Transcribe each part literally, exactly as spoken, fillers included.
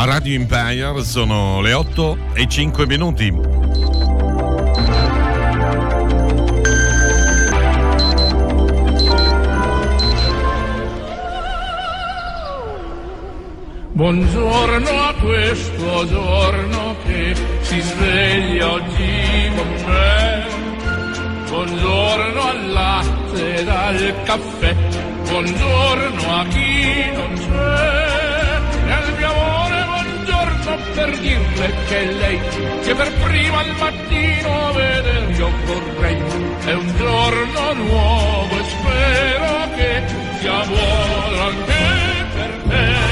A Radio Empire sono le otto e cinque minuti. Buongiorno a questo giorno che si sveglia oggi con me. Buongiorno al latte e al caffè. Buongiorno a chi non c'è. E al mio amore buongiorno per dirle che lei, che per prima al mattino vedere io vorrei. È un giorno nuovo e spero che sia buono anche per te.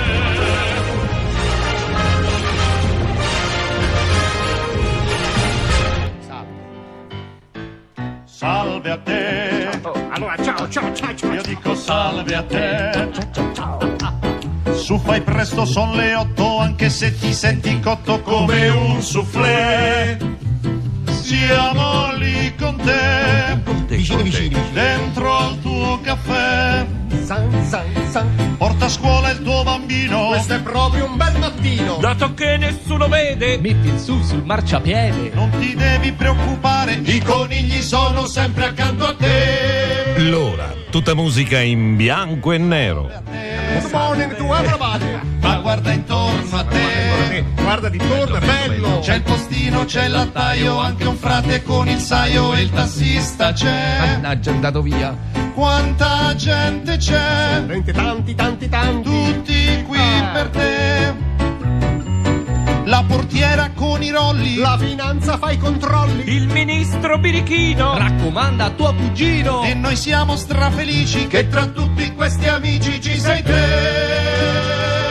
Salve a te. Oh, allora ciao, ciao, ciao, ciao. Io dico salve a te. Ciao, ciao, ciao. Su fai presto, son le otto, anche se ti senti cotto come un soufflé. Siamo lì con te, Vicini, vicini, vicini. dentro al tuo caffè. San, san, san. Porta a scuola il tuo bambino. Questo è proprio un bel mattino. Dato che nessuno vede, metti il su sul marciapiede. Non ti devi preoccupare, i conigli sono sempre accanto a te. L'ora, tutta musica in bianco e nero. Good morning to everybody. Ma guarda intorno a te. Guarda di torno, è bello. C'è il postino, c'è il lattaio, anche un frate con il saio e il tassista c'è. Mannaggia, è andato via. Quanta gente c'è, Tanti, tanti, tanti, tanti. tutti qui Ah. per te. La portiera con i rolli, La finanza fa i controlli. il ministro birichino. Raccomanda a tuo cugino. e noi siamo strafelici che tra tutti questi amici ci sei te.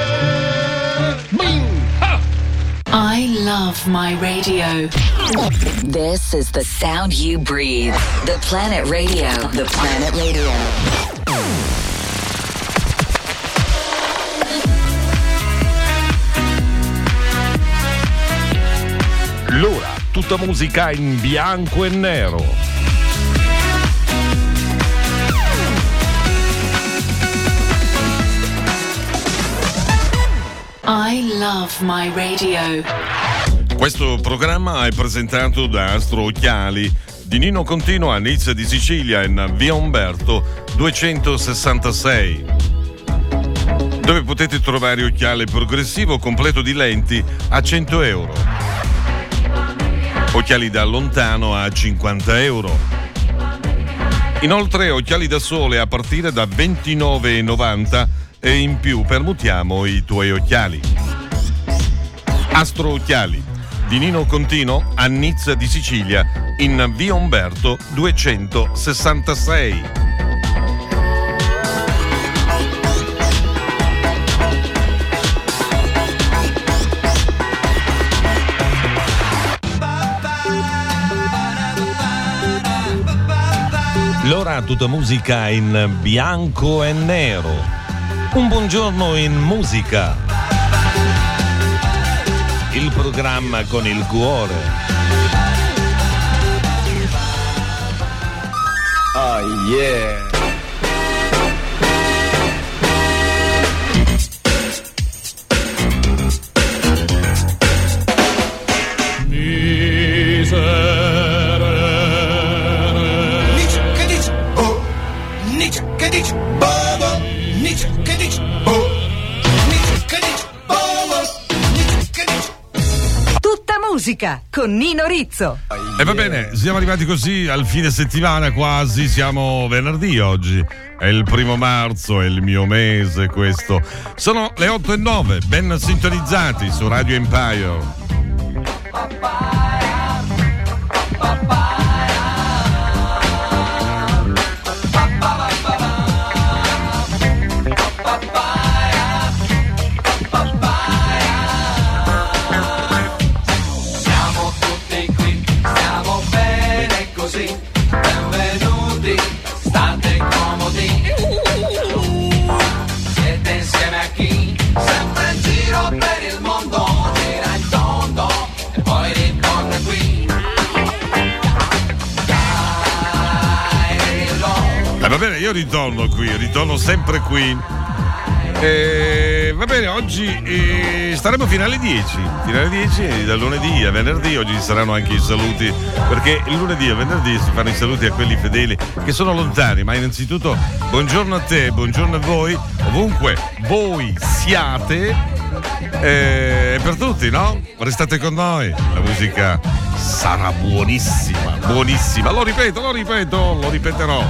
Bing! I love my radio. This is the sound you breathe. The Planet Radio. The Planet Radio. L'ora, tutta musica in bianco e nero. I love my radio. Questo programma è presentato da Astro Occhiali di Nino Contino a Nizza di Sicilia in via Umberto duecentosessantasei, dove potete trovare occhiale progressivo completo di lenti a cento euro, occhiali da lontano a cinquanta euro. Inoltre occhiali da sole a partire da ventinove e novanta e in più permutiamo i tuoi occhiali. Astro Occhiali di Nino Contino a Nizza di Sicilia in via Umberto duecentosessantasei. L'ora, tutta musica in bianco e nero. Un buongiorno in musica. Il programma con il cuore. Oh yeah. Con Nino Rizzo. E va bene, siamo arrivati così al fine settimana quasi, siamo venerdì oggi, è il primo marzo, è il mio mese questo. Sono le otto e nove, ben sintonizzati su Radio Empire. Va bene, io ritorno qui, ritorno sempre qui. Eh, va bene, oggi eh, staremo fino alle dieci. Fino alle dieci, da lunedì a venerdì. Oggi ci saranno anche i saluti, perché il lunedì e venerdì si fanno i saluti a quelli fedeli che sono lontani. Ma innanzitutto buongiorno a te, buongiorno a voi, ovunque voi siate, eh, per tutti, no? Restate con noi, la musica sarà buonissima, buonissima. Lo ripeto, lo ripeto, lo ripeterò.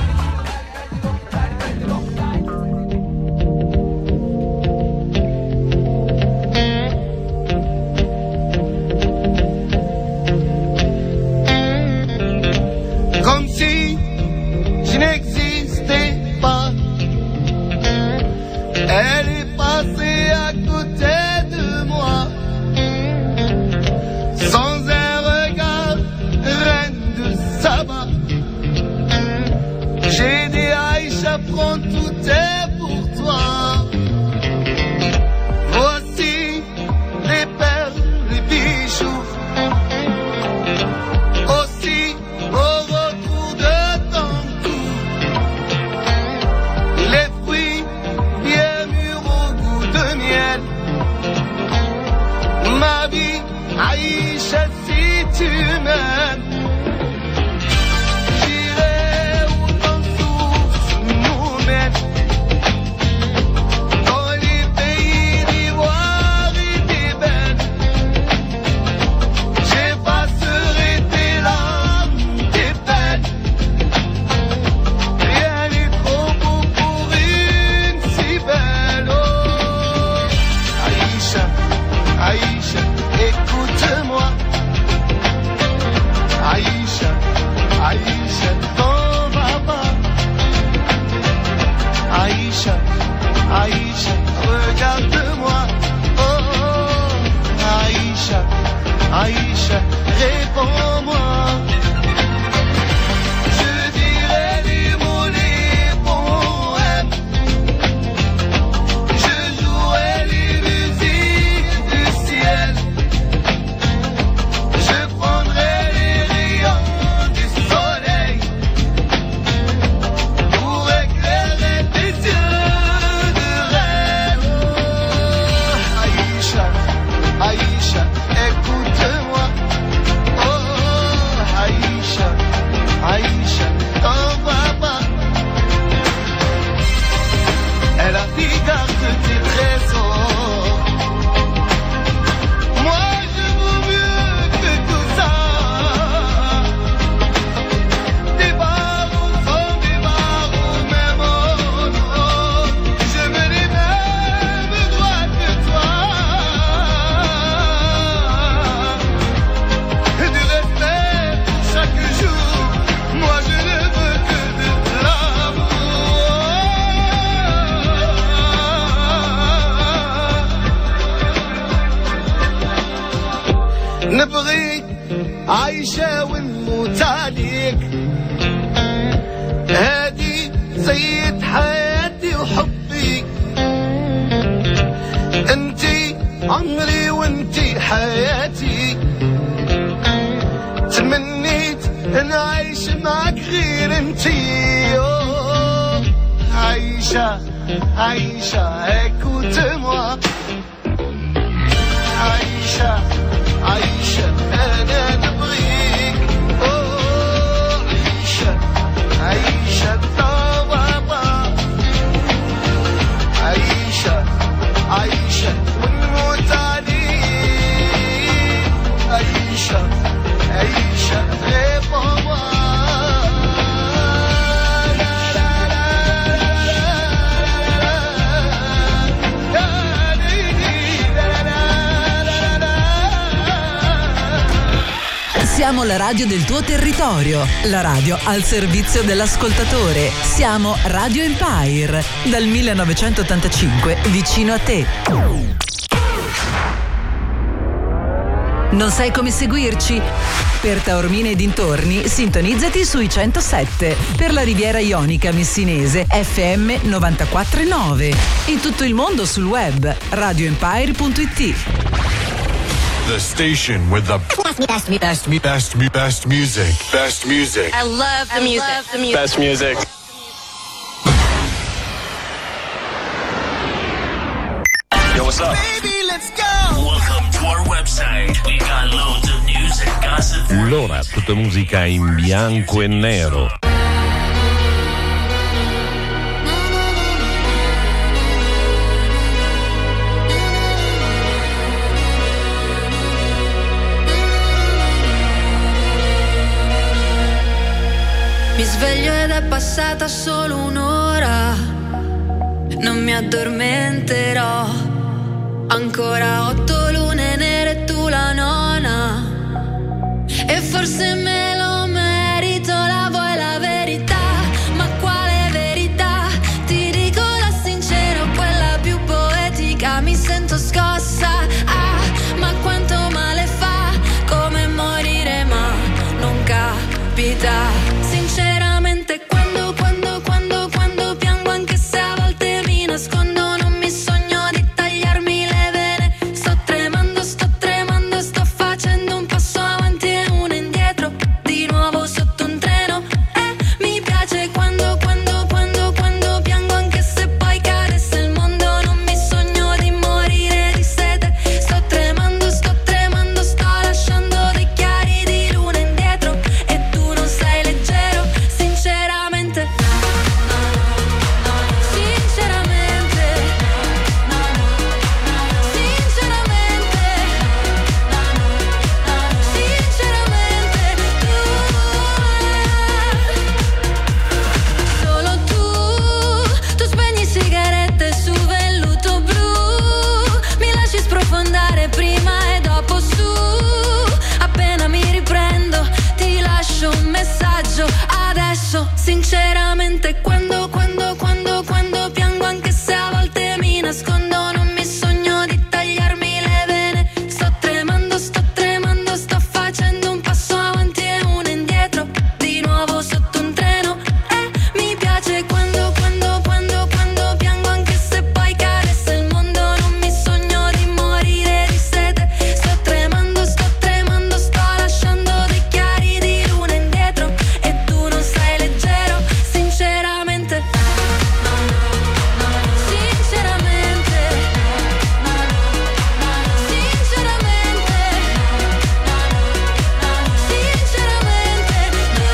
نبغيك عايشة ونموت عليك، هادي زيد حياتي وحبي، انتي عمري وانتي حياتي، تمنيت نعيش معك غير انتي. أوه عايشة عايشة écoute moi، عايشة عايشة أنا نبغيك. أوه عايشة عايشة طوابا، عايشة عايشة ونموت عليك، عايشة عايشة ريبوا. Siamo la radio del tuo territorio, la radio al servizio dell'ascoltatore. Siamo Radio Empire, dal millenovecentottantacinque vicino a te. Non sai come seguirci? Per Taormina e dintorni sintonizzati sui centosette, per la Riviera Ionica Messinese F M novantaquattro virgola nove, in tutto il mondo sul web radio empire punto it. The station with the best, best, best, best, best music. Best music. I love the music. I love the music. Best music. What's up? Baby, let's go! Welcome to our website. We got loads of news and gossip. L'ora, tutta musica in bianco e nero. Mi sveglio ed è passata solo un'ora, non mi addormenterò. Ancora otto lune nere e tu la nona, e forse me lo merito. La vuoi la verità? Ma quale verità? Ti dico la sincera, quella più poetica. Mi sento scossa, ah, ma quanto male fa, come morire ma non capita. Sinceramente quando, quando, quando, quando piango, anche se a volte mi nascondo, non mi sogno di tagliarmi le vene. Sto tremando, sto tremando, sto facendo un passo avanti e uno indietro, di nuovo sotto un treno. E mi piace quando, quando, quando, quando piango, anche se poi cadesse il mondo, non mi sogno di morire di sete. Sto tremando, sto tremando, sto lasciando dei chiari di luna indietro, e tu non sei leggero. Sinceramente, sinceramente, sinceramente, sinceramente, tu, solo tu, tu spegni sigarette su velluto blu, mi lasci sprofondare prima e dopo su. Appena mi riprendo ti lascio un messaggio adesso. Sinceramente quando, quando, quando, quando piango, anche se a volte mi nascondo, non mi sogno di tagliarmi le vene. Sto tremando, sto tremando, sto facendo un passo avanti e uno indietro, di nuovo sotto un treno. E mi piace quando, quando, quando, quando piango, anche se poi cadesse il mondo, non mi sogno di morire di sete. Sto tremando, sto tremando, sto lasciando dei chiari di luna indietro, e tu non sei leggero. Sinceramente, sinceramente, sinceramente, sinceramente,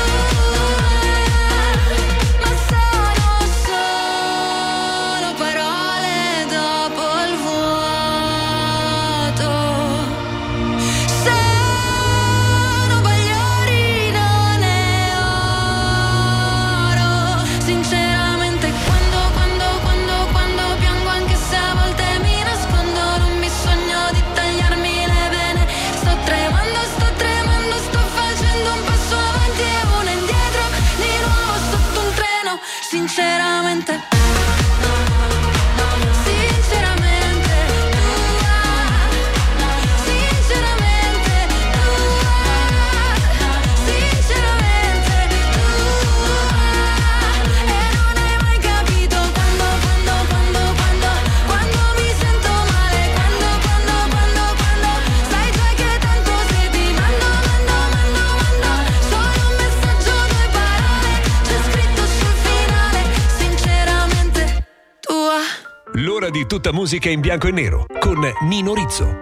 tu, ma sono solo parole dopo il vuoto. Sono bagliori, non è oro. Sinceramente quando, quando, quando, quando piango, anche se a volte mi nascondo, non mi sogno di tagliarmi le vene. Sto tremando, sto tremando, sto facendo un passo avanti e uno indietro, di nuovo sotto un treno. Sinceramente, sinceramente, tu, sinceramente, tu, sinceramente, tu, e non hai mai capito quando, quando, quando, quando, quando mi sento male, quando, quando, quando, quando, sai già che tanto se ti mando, mando, mando, mando, solo un messaggio, due parole, c'è scritto sul finale. Sinceramente tua. L'ora di tutta musica in bianco e nero con Nino Rizzo.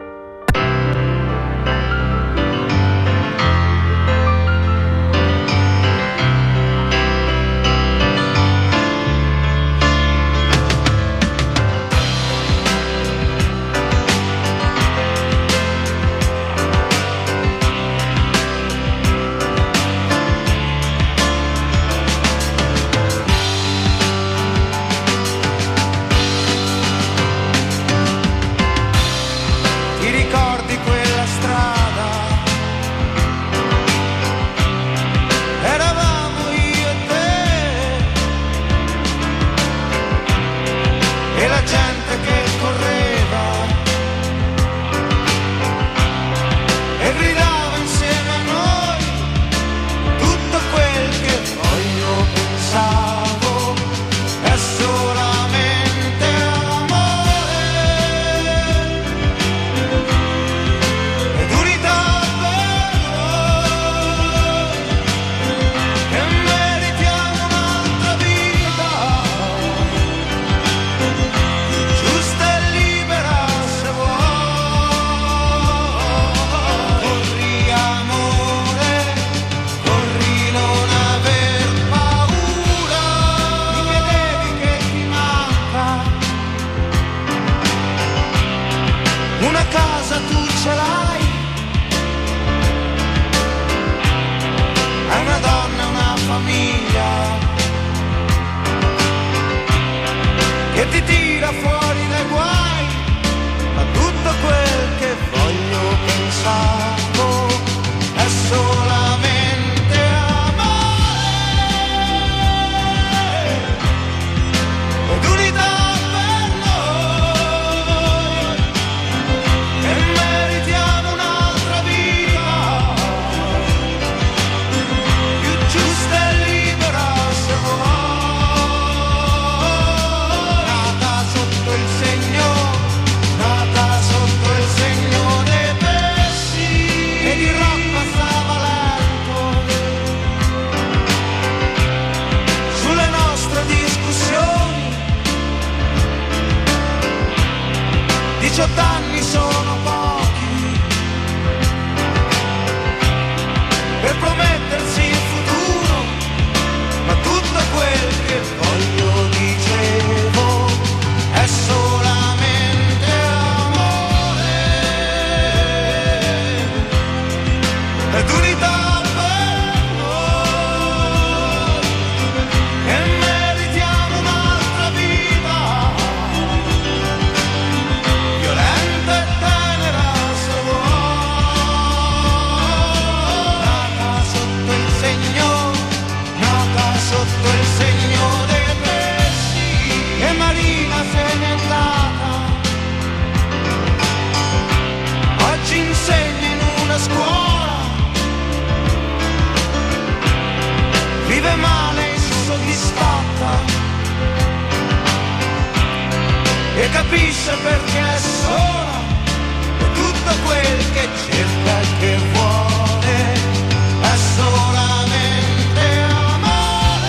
Ti capisce perché è sola, e tutto quel che cerca e che vuole è solamente amore.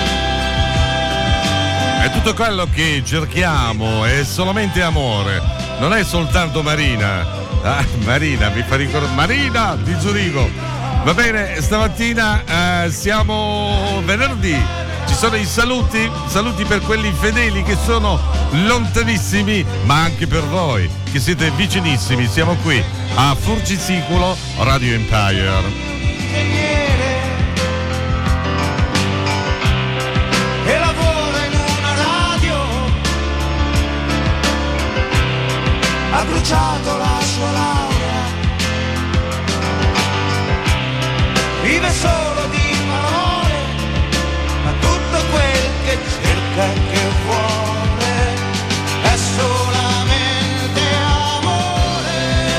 E tutto quello che cerchiamo è solamente amore, non è soltanto Marina. Ah, Marina mi fa ricordare Marina di Zurigo. Va bene, stamattina eh, siamo venerdì. Ci sono i saluti, saluti per quelli fedeli che sono lontanissimi, ma anche per voi che siete vicinissimi. Siamo qui a Furcisicolo Radio Empire. E lavora in una radio, ha bruciato la sua laurea, vive solo di parole, ma tutto quel che cerca e che vuole è solamente amore.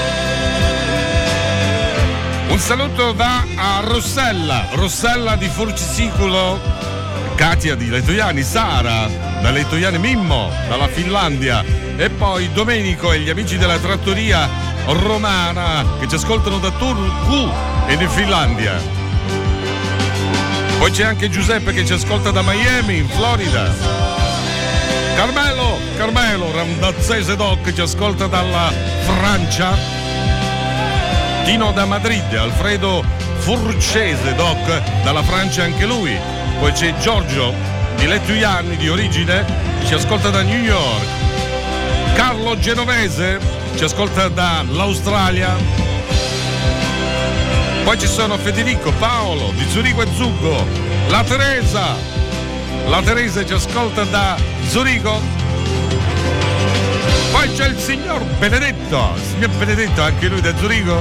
Un saluto va a Rossella, Rossella di Furcisicolo, Katia di Letoiani, Sara da Letoiani, Mimmo dalla Finlandia e poi Domenico e gli amici della trattoria romana che ci ascoltano da Turku e in Finlandia. Poi c'è anche Giuseppe che ci ascolta da Miami in Florida. Carmelo, Carmelo Randazzese Doc che ci ascolta dalla Francia. Tino da Madrid, Alfredo Furcese Doc dalla Francia anche lui. Poi c'è Giorgio di Letoiani di origine, ci ascolta da New York. Carlo Genovese ci ascolta dall'Australia. Poi ci sono Federico, Paolo di Zurigo e Zuggo, la Teresa, la Teresa ci ascolta da Zurigo. Poi c'è il signor Benedetto, il signor Benedetto anche lui da Zurigo.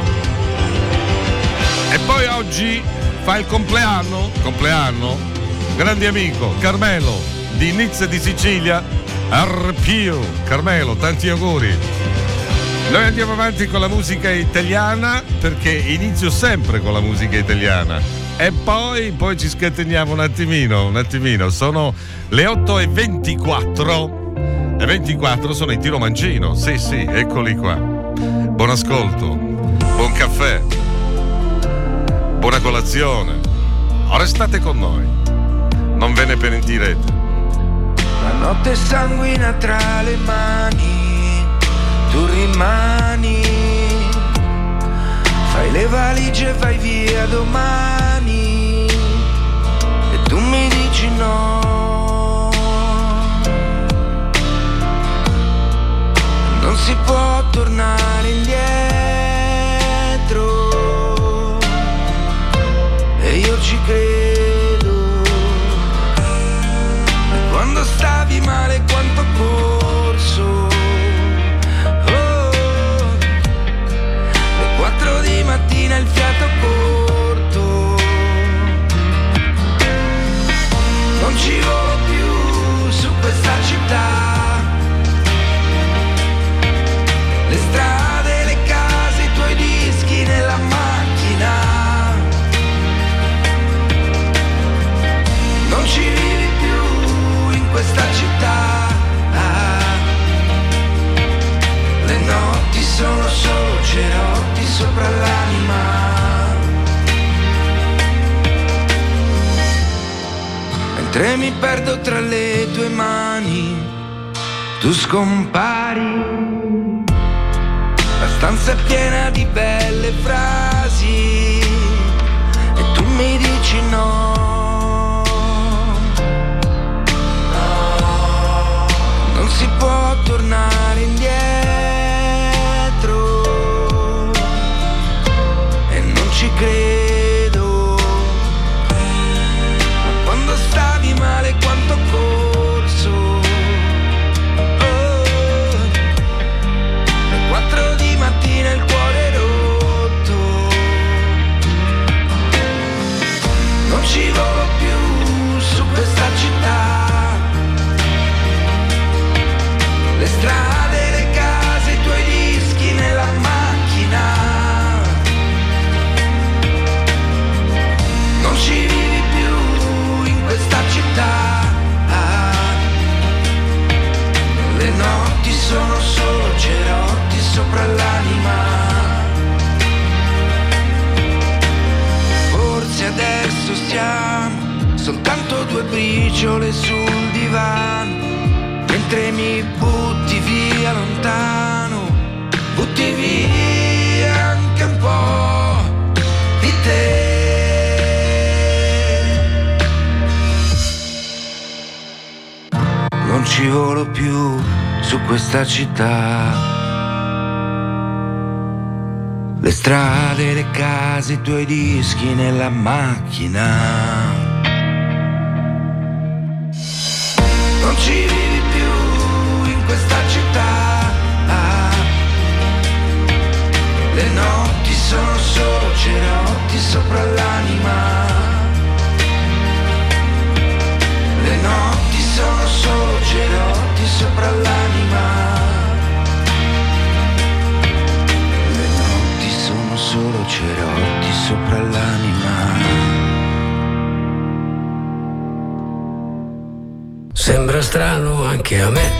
E poi oggi fa il compleanno, compleanno, grande amico Carmelo di Nizza di Sicilia, Arpio. Carmelo, tanti auguri. Noi andiamo avanti con la musica italiana perché inizio sempre con la musica italiana e poi, poi ci scateniamo un attimino, un attimino. Sono le otto e ventiquattro e ventiquattro sono i Tiro Mancino, sì sì, eccoli qua. Buon ascolto, buon caffè, buona colazione, restate con noi, non ve ne pentirete. La notte sanguina tra le mani, tu rimani, fai le valigie e vai via domani e tu mi dici no, non si può tornare indietro e io ci credo. E quando stavi male quanto ho corso, quattro di mattina il fiato corto, non ci volo più su questa città, le strade, le case, i tuoi dischi nella macchina, non ci vivi più in questa città, le notti sono solo cerotti sopra l'anima, mentre mi perdo tra le tue mani, tu scompari, la stanza è piena di belle frasi e tu mi dici no, non si può tornare indietro e non ci credo, ma quando stavi male quanto ho corso, oh, alle quattro di mattina il cuore rotto, non ci notti sono solo cerotti sopra l'anima. Forse adesso stiamo soltanto due briciole sul divano, mentre mi butti via lontano, butti via anche un po' di te. Non ci volo più su questa città, le strade, le case, i tuoi dischi nella macchina. Non ci vivi più in questa città, le notti sono solo cerotti sopra l'anima. Le notti sono solo cerotti sopra l'anima. Le notti sono solo cerotti sopra l'anima. Sembra strano anche a me,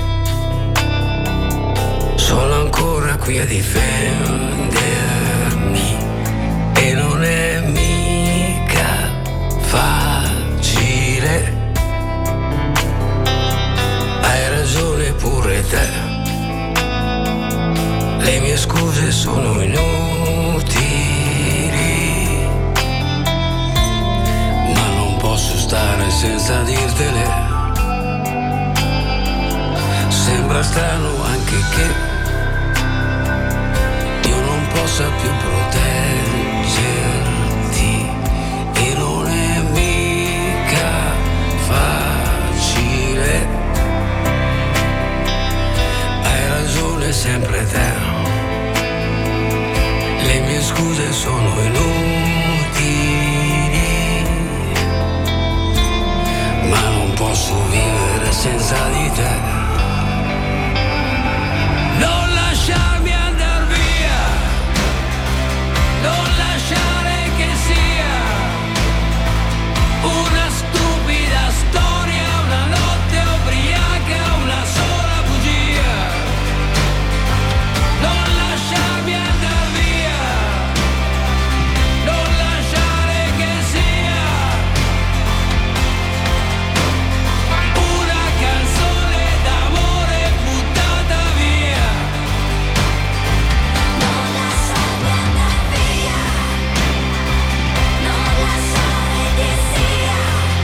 sono ancora qui a difendermi e non è mica facile. Hai ragione pure te, le mie scuse sono inutili, ma non posso stare senza dirtele. Sembra strano anche che io non possa più proteggerti e non è mica facile. Hai ragione sempre te, le mie scuse sono inutili, ma non posso vivere senza di te. Non lasciarmi andar via, non lasciare che sia una stupida storia, una notte ubriaca, una sola bugia. Non lasciarmi andar via, non lasciare che sia una canzone d'amore buttata via. Non lasciarmi andar via, non lasciare che sia.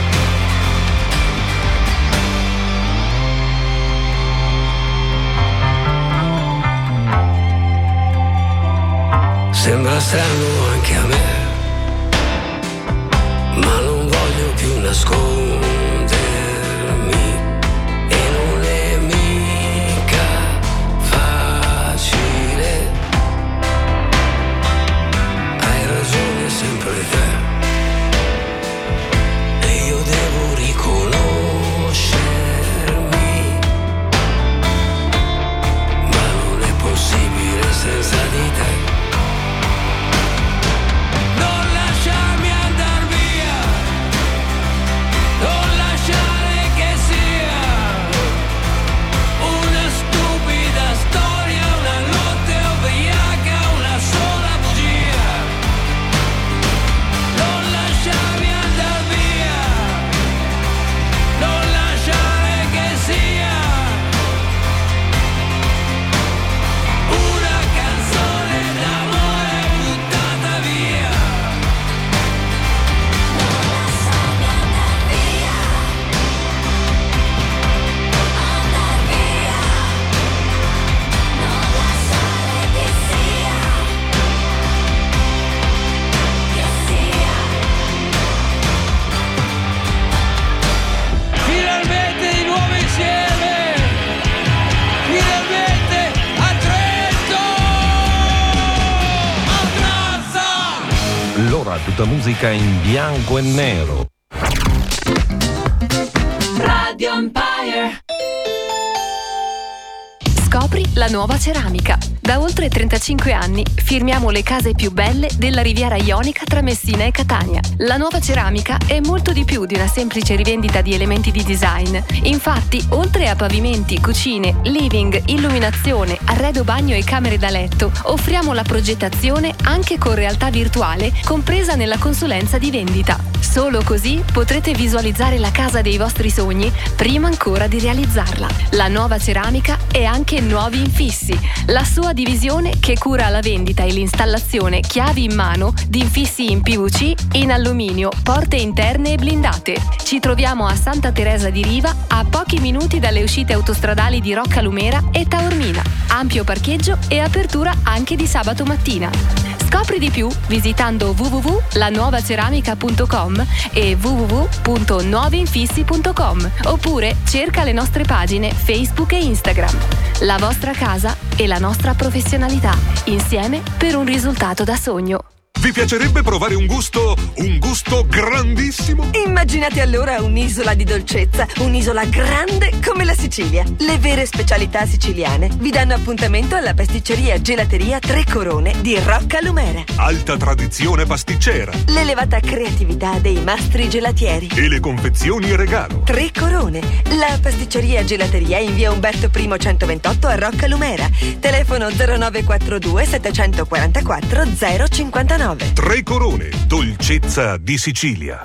Sembra strano anche a me, ma non voglio più nascondermi e non è mica facile. Hai ragione sempre te e io devo riconoscermi, ma non è possibile senza di te. Non lasciarmi andar via, non lasciare che sia una stupida storia, una notte ubriaca, una sola bugia. Non lasciarmi andar via, non lasciare che sia una canzone d'amore buttata via. Finalmente di nuovo insieme, finalmente a Trento, ammazza! L'ora tutta musica in bianco e nero. Radio Empire. Scopri la nuova ceramica. Da oltre trentacinque anni firmiamo le case più belle della Riviera Ionica tra Messina e Catania. La nuova ceramica è molto di più di una semplice rivendita di elementi di design. Infatti, oltre a pavimenti, cucine, living, illuminazione, arredo bagno e camere da letto, offriamo la progettazione anche con realtà virtuale, compresa nella consulenza di vendita. Solo così potrete visualizzare la casa dei vostri sogni prima ancora di realizzarla. La nuova ceramica è anche Nuovi Infissi, la sua divisione che cura la vendita e l'installazione chiavi in mano di infissi in P V C, in alluminio, porte interne e blindate. Ci troviamo a Santa Teresa di Riva, a pochi minuti dalle uscite autostradali di Roccalumera e Taormina. Ampio parcheggio e apertura anche di sabato mattina. Scopri di più visitando w w w punto la nuova ceramica punto com e w w w punto nuovi infissi punto com oppure cerca le nostre pagine Facebook e Instagram. La vostra casa e la nostra professionalità insieme per un risultato da sogno. Vi piacerebbe provare un gusto, un gusto grandissimo? Immaginate allora un'isola di dolcezza, un'isola grande come la Sicilia. Le vere specialità siciliane vi danno appuntamento alla pasticceria gelateria Tre Corone di Roccalumera. Alta tradizione pasticcera. L'elevata creatività dei mastri gelatieri. E le confezioni regalo. Tre Corone, la pasticceria gelateria in via Umberto I centoventotto a Roccalumera. Telefono zero nove quattro due settecentoquarantaquattro zero cinquantanove. Tre Corone, dolcezza di Sicilia.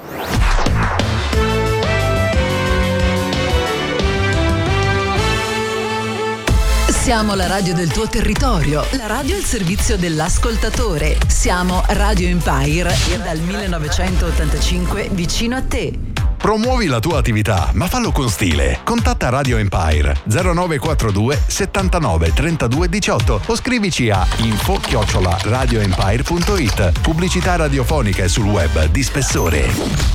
Siamo la radio del tuo territorio, la radio al servizio dell'ascoltatore. Siamo Radio Empire dal millenovecentottantacinque vicino a te. Promuovi la tua attività, ma fallo con stile. Contatta Radio Empire zero nove quattro due settantanove trentadue diciotto o scrivici a info chiocciola radioempire punto it. Pubblicità radiofonica e sul web di spessore.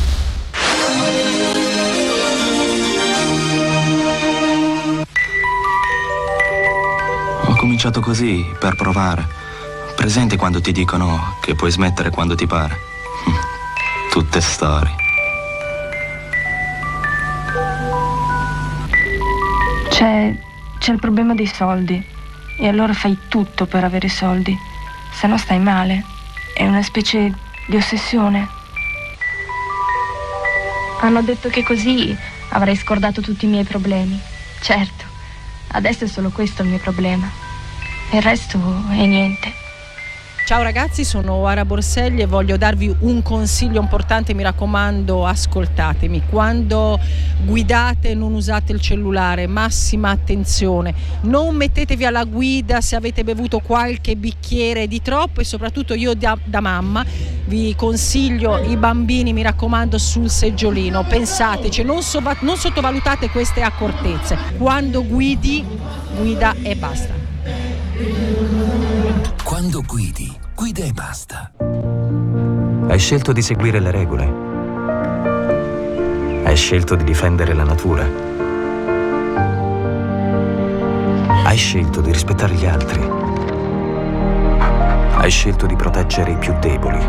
Ho cominciato così, per provare. Presente quando ti dicono che puoi smettere quando ti pare. Tutte storie. C'è, c'è il problema dei soldi e allora fai tutto per avere soldi, se no stai male. È una specie di ossessione. Hanno detto che così avrei scordato tutti i miei problemi. Certo, adesso è solo questo il mio problema. Il resto è niente. Ciao ragazzi, sono Oara Borselli e voglio darvi un consiglio importante, mi raccomando, ascoltatemi. Quando guidate non usate il cellulare, massima attenzione. Non mettetevi alla guida se avete bevuto qualche bicchiere di troppo e soprattutto io da, da mamma vi consiglio i bambini, mi raccomando, sul seggiolino. Pensateci, non, so, non sottovalutate queste accortezze. Quando guidi, guida e basta. Quando guidi, guida e basta. Hai scelto di seguire le regole. Hai scelto di difendere la natura. Hai scelto di rispettare gli altri. Hai scelto di proteggere i più deboli.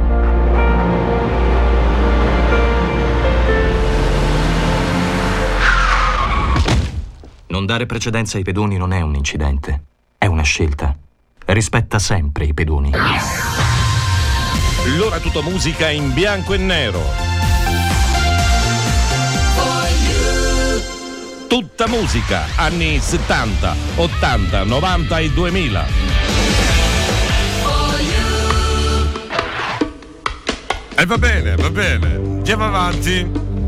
Non dare precedenza ai pedoni non è un incidente, è una scelta. Rispetta sempre i pedoni. L'ora tutta musica in bianco e nero. Tutta musica, anni settanta, ottanta, novanta e duemila. E va bene, va bene. Andiamo avanti.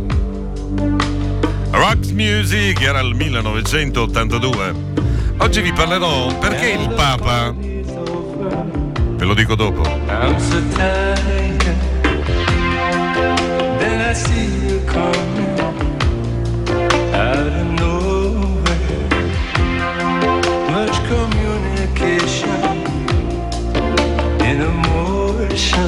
Rock Music era il millenovecentottantadue. Oggi vi parlerò perché il Papa. Ve lo dico dopo. I'm so tired, then I see you coming out of nowhere. Much communication in emotion,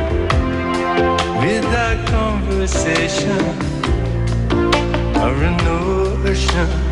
without conversation or a notion.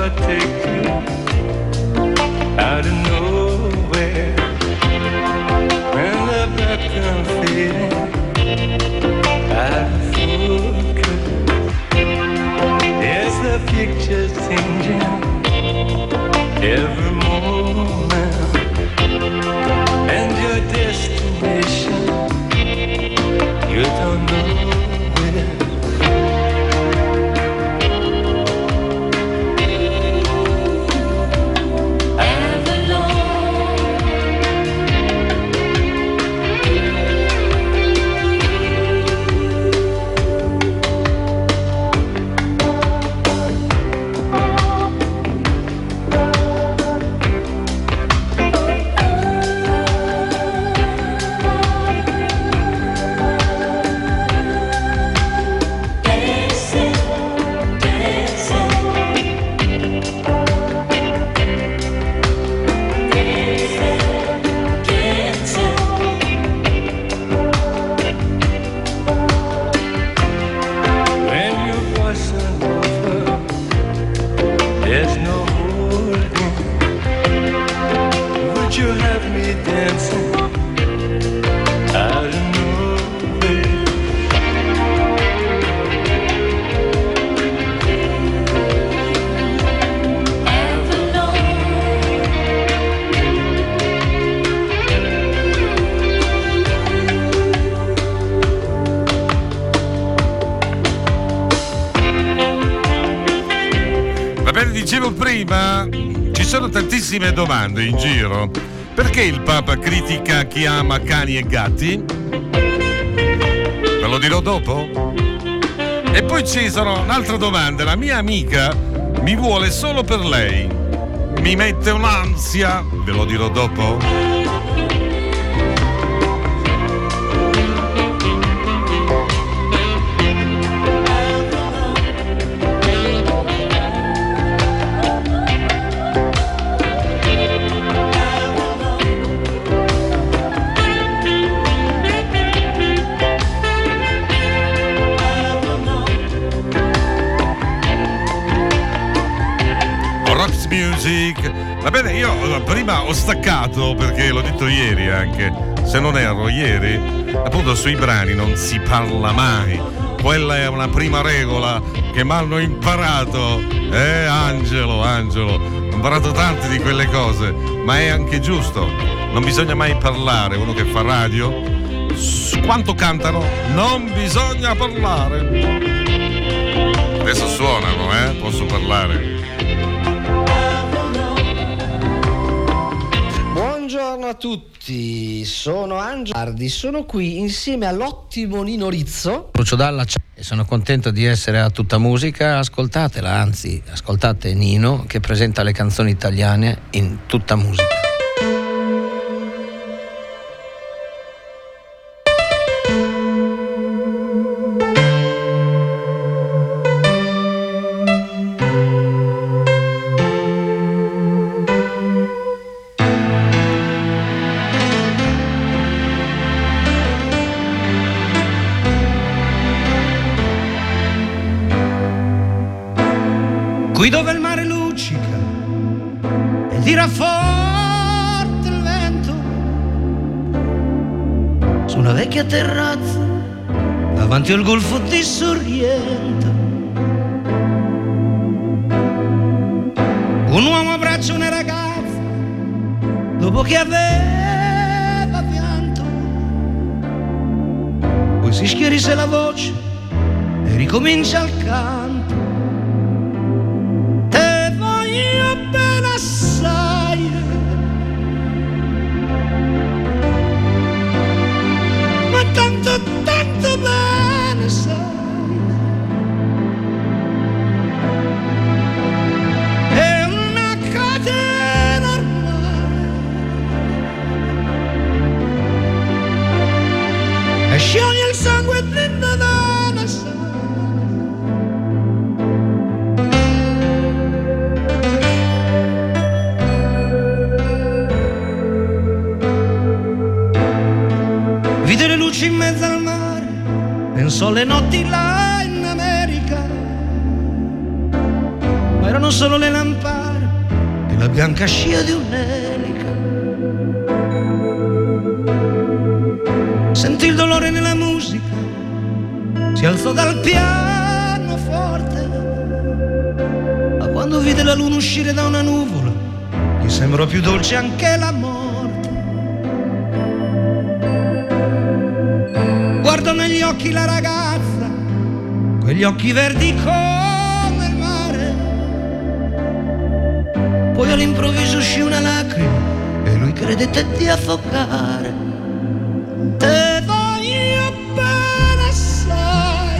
I take you out of nowhere. When the background fading out of focus, yes, the picture's changing every moment, and your destination you don't know where. Ci sono tantissime domande in giro. Perché il Papa critica chi ama cani e gatti? Ve lo dirò dopo. E poi ci sono un'altra domanda. La mia amica mi vuole solo per lei. Mi mette un'ansia. Ve lo dirò dopo. Music. Va bene, io prima ho staccato perché l'ho detto ieri anche, se non erro ieri, appunto sui brani non si parla mai. Quella è una prima regola che mi hanno imparato. Eh Angelo, Angelo, ho imparato tante di quelle cose, ma è anche giusto. Non bisogna mai parlare, uno che fa radio, quanto cantano, non bisogna parlare. Adesso suonano, eh? Posso parlare. Buongiorno a tutti, sono Angelo Ardi, sono qui insieme all'ottimo Nino Rizzo. Lucio Dalla e sono contento di essere a Tutta Musica, ascoltatela, anzi ascoltate Nino che presenta le canzoni italiane in Tutta Musica. Qui dove il mare luccica e tira forte il vento, su una vecchia terrazza davanti al golfo di Sorrento, un uomo abbraccia una ragazza dopo che aveva pianto, poi si schiarisse la voce e ricomincia il canto. Tanto, tanto bene sai, è una catena ormai, e scioglie il sangue dentro da sai, Mancano solo le lampade e la bianca scia di un'elica. Sentì il dolore nella musica, si alzò dal pianoforte, ma quando vide la luna uscire da una nuvola gli sembrò più dolce anche la morte. Guardò negli occhi la ragazza, quegli occhi verdi come il mare, poi all'improvviso uscì una lacrima e lui credette di affogare. Te voglio bene assai,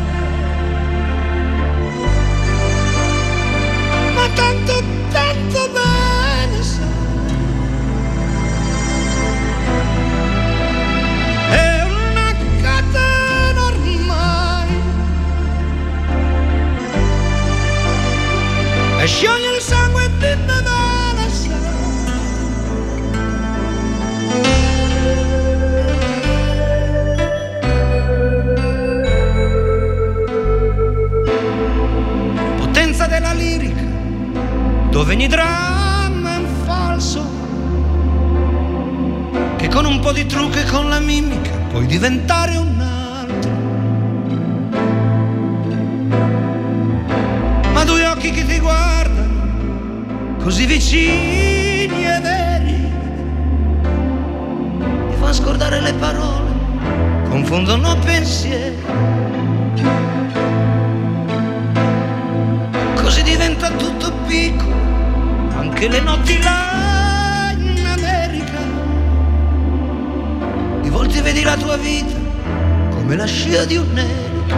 ma tanto, tanto bene sai. È una catena ormai e scioglie il sangue di me bene sai. Della lirica, dove ogni dramma è un falso, che con un po' di trucco e con la mimica puoi diventare un altro. Ma due occhi che ti guardano, così vicini e veri, ti fanno scordare le parole, confondono pensieri. Così diventa tutto piccolo, anche le notti là in America. Di volte vedi la tua vita come la scia di un'elica.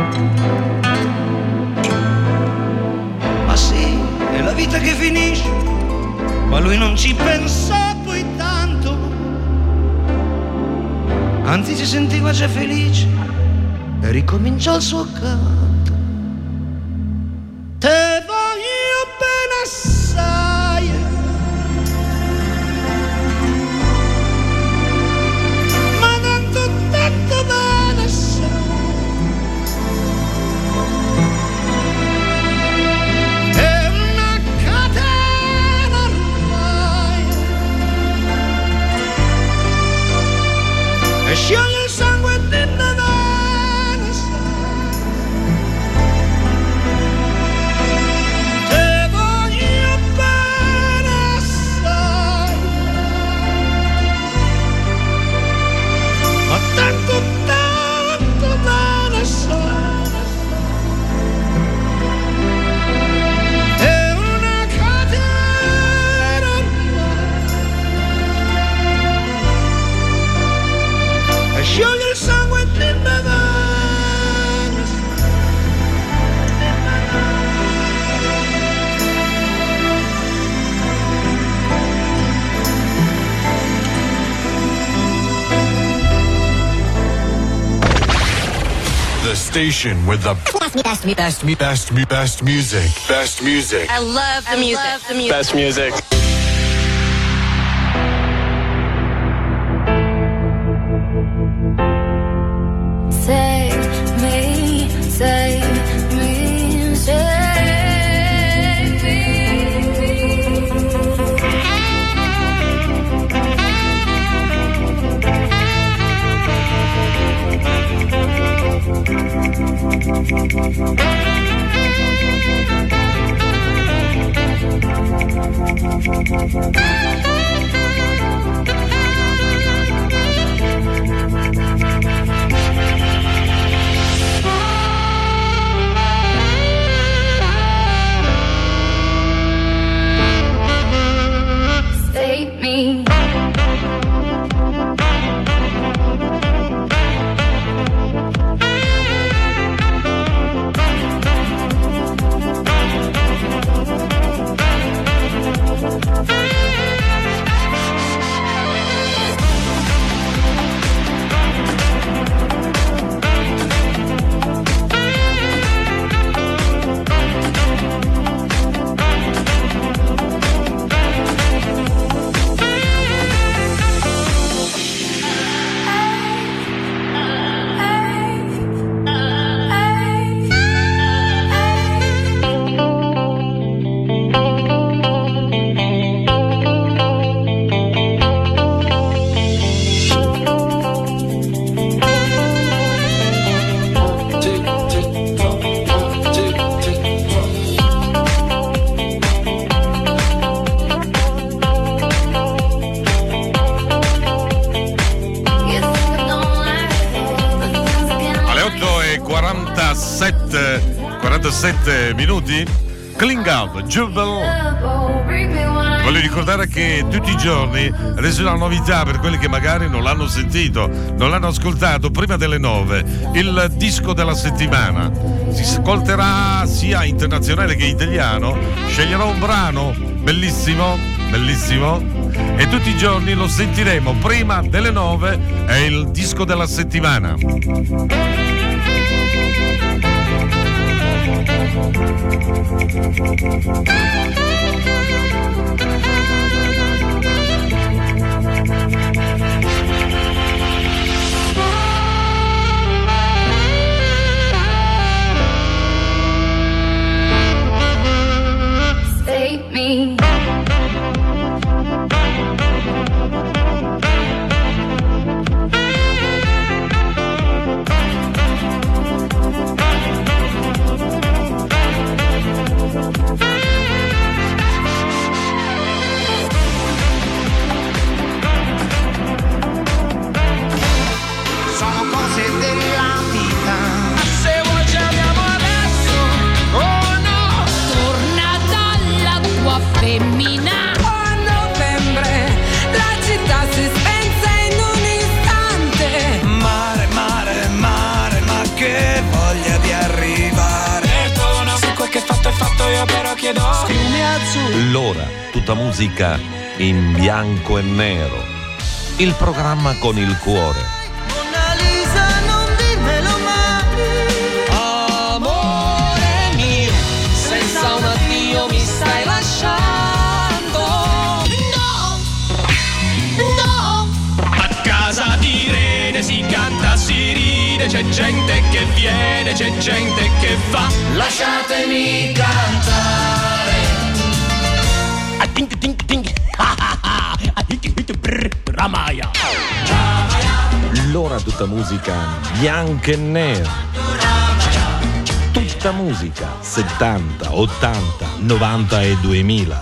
Ma sì, è la vita che finisce, ma lui non ci pensò poi tanto. Anzi si sentiva già felice e ricominciò il suo canto. Te voglio bene assai, ma tanto, tanto bene assai. È una catena ormai e scioglie il sangue di me. Tanto, tanto bene sai. È una catena e scioglie il sangue di me bene. The station with the best, best, best, best, best music. Best music. I love the music. Love the music. Best music. Save me, save me, save me. sette minuti. Cling Out, Jubel. Voglio ricordare che tutti i giorni, adesso è una novità per quelli che magari non l'hanno sentito, non l'hanno ascoltato prima delle nove, il disco della settimana. Si ascolterà sia internazionale che italiano, sceglierò un brano bellissimo, bellissimo, e tutti i giorni lo sentiremo prima delle nove, è il disco della settimana. Save me. Femmina. A novembre la città si spense in un istante. Mare, mare, mare, ma che voglia di arrivare. Perdono se quel che fatto è fatto, io però chiedo scrivimi azzurro. L'ora, tutta musica in bianco e nero. Il programma con il cuore. Monna Lisa, non dirmelo mai. Amore mio, senza un addio mi stai lasciando. Si canta, si ride, c'è gente che viene, c'è gente che fa. Lasciatemi cantare. Ramaya. L'ora tutta musica bianca e nera. Tutta musica settanta, ottanta, novanta e duemila.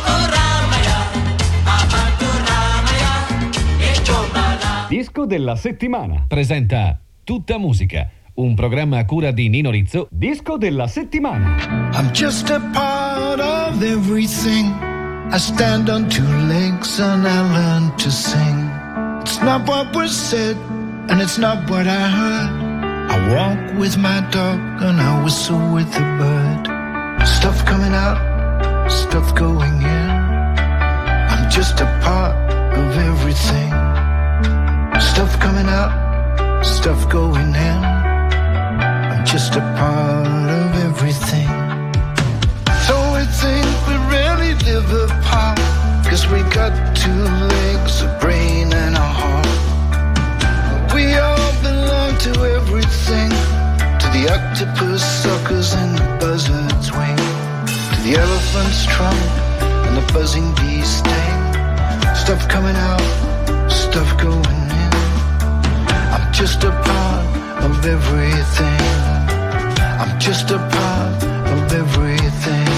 Disco della settimana presenta Tutta musica, un programma a cura di Nino Rizzo. Disco della settimana. I'm just a part of everything. I stand on two legs and I learn to sing. It's not what was said and it's not what I heard. I walk with my dog and I whistle with the bird. Stuff coming out, stuff going in. I'm just a part of everything. Stuff coming out, stuff going in. I'm just a part of everything. So we think we really live apart, 'cause we got two legs, a brain and a heart. We all belong to everything, to the octopus suckers and the buzzard's wing, to the elephant's trunk and the buzzing bee's sting. Stuff coming out, stuff going in. I'm just a part of everything. I'm just a part of everything.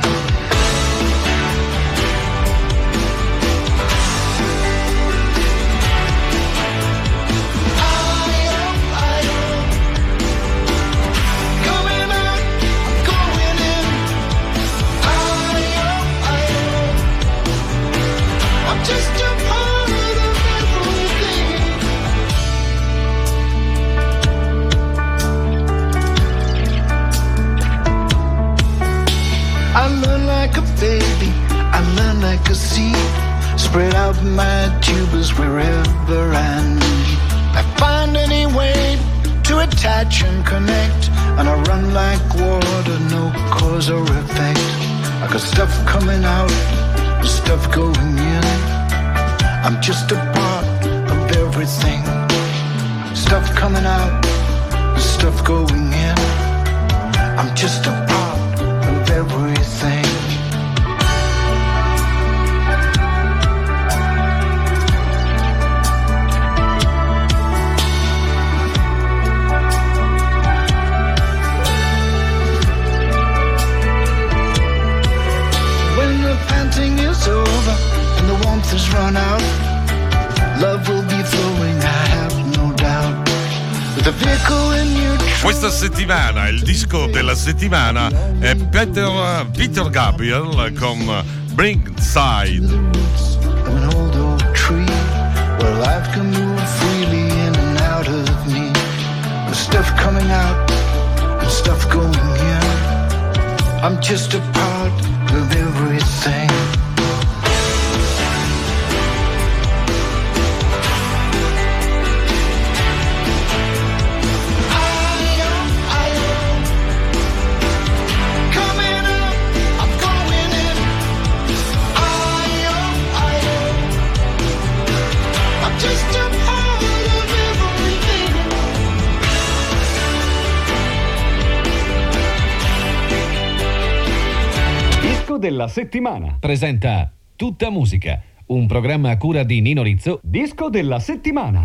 Baby, I learn like a seed, spread out my tubers wherever I need. I find any way to attach and connect, and I run like water, no cause or effect. I got stuff coming out, stuff going in. I'm just a part of everything. Stuff coming out, stuff going in. I'm just a part of everything. Has run out, love will be flowing, I have no doubt. With The vehicle in your trunk. Questa settimana il disco della settimana è Peter, Peter Gabriel con Bringside. An old oak tree where life can move freely in and out of me. The stuff coming out and stuff going in. I'm just a part of everything. Della settimana presenta Tutta Musica, un programma a cura di Nino Rizzo. Disco della settimana.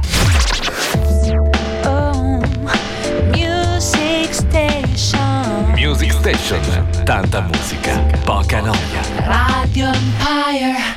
Oh, Music Station. Music Station, tanta musica, poca noia. Radio Empire.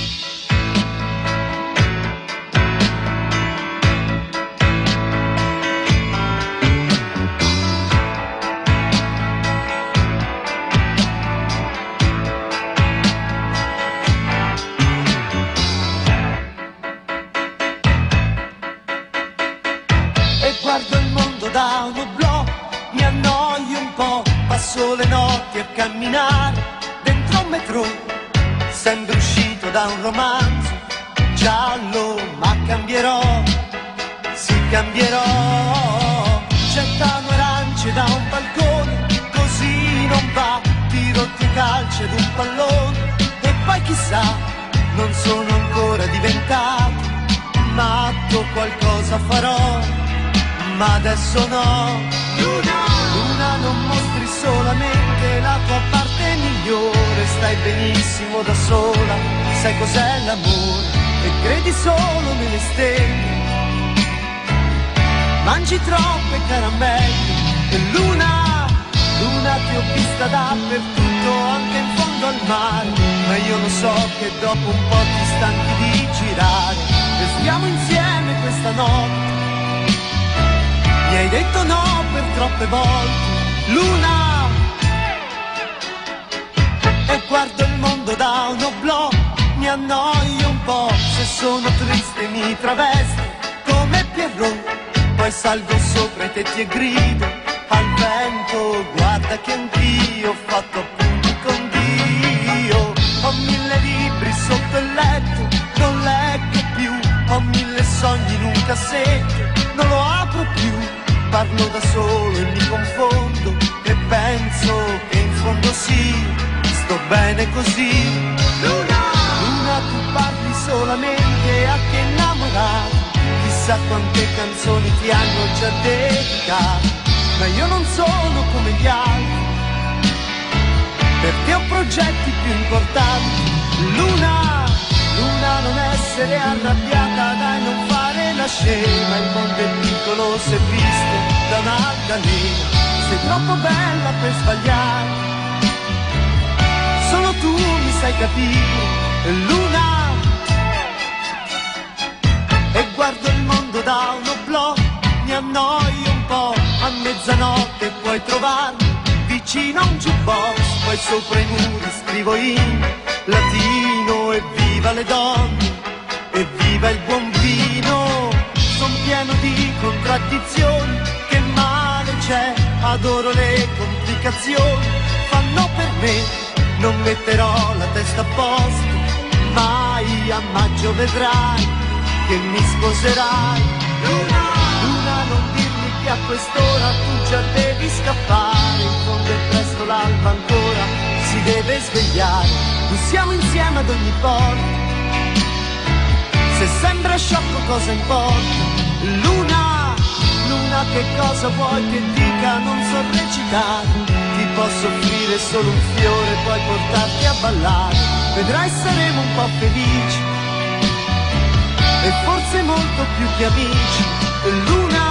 Le notti a camminare dentro un metro, sembra uscito da un romanzo giallo, ma cambierò, sì cambierò. Gettano arance da un balcone, così non va, tiro ti calci ad un pallone e poi chissà, non sono ancora diventato matto, qualcosa farò, ma adesso no. Luna, Luna, non mostri solamente la tua parte migliore, stai benissimo da sola, sai cos'è l'amore e credi solo nelle stelle, mangi troppe caramelle e Luna, Luna ti ho vista dappertutto, anche in fondo al mare, ma io lo so che dopo un po' ti stanchi di girare, restiamo insieme questa notte. Mi hai detto no per troppe volte, Luna, e guardo il mondo da un oblò, mi annoio un po', se sono triste mi travesto come Pierrot, poi salgo sopra i tetti e grido al vento, guarda che anch'io ho fatto appunti con Dio, ho mille libri sotto il letto, non leggo più, ho mille sogni in un cassetto, non lo apro più, parlo da solo e mi confondo e penso che in fondo sì, sto bene così. Luna, Luna, tu parli solamente a chi è innamorato, chissà quante canzoni ti hanno già dedicato, ma io non sono come gli altri, perché ho progetti più importanti. Luna, Luna, non essere arrabbiata, dai, non fare la scema, il mondo è piccolo se visto da un'altalena, sei troppo bella per sbagliare, solo tu mi sai capire, Luna, e guardo il mondo da un oblò, mi annoio un po', a mezzanotte puoi trovarmi vicino a un jukebox, poi sopra i muri scrivo in latino e viva le donne, e viva il buon vino, son pieno di contraddizioni, che male c'è, adoro le complicazioni, fanno per me, non metterò la testa a posto, mai a maggio vedrai che mi sposerai. Luna, Luna, non dirmi che a quest'ora tu già devi scappare, in fondo è presto, l'alba ancora si deve svegliare, non siamo insieme ad ogni porta, se sembra sciocco cosa importa. Luna, Luna, che cosa vuoi che dica, non so recitare, ti posso offrire solo un fiore, poi portarti a ballare, vedrai saremo un po' felici, e forse molto più che amici. Luna,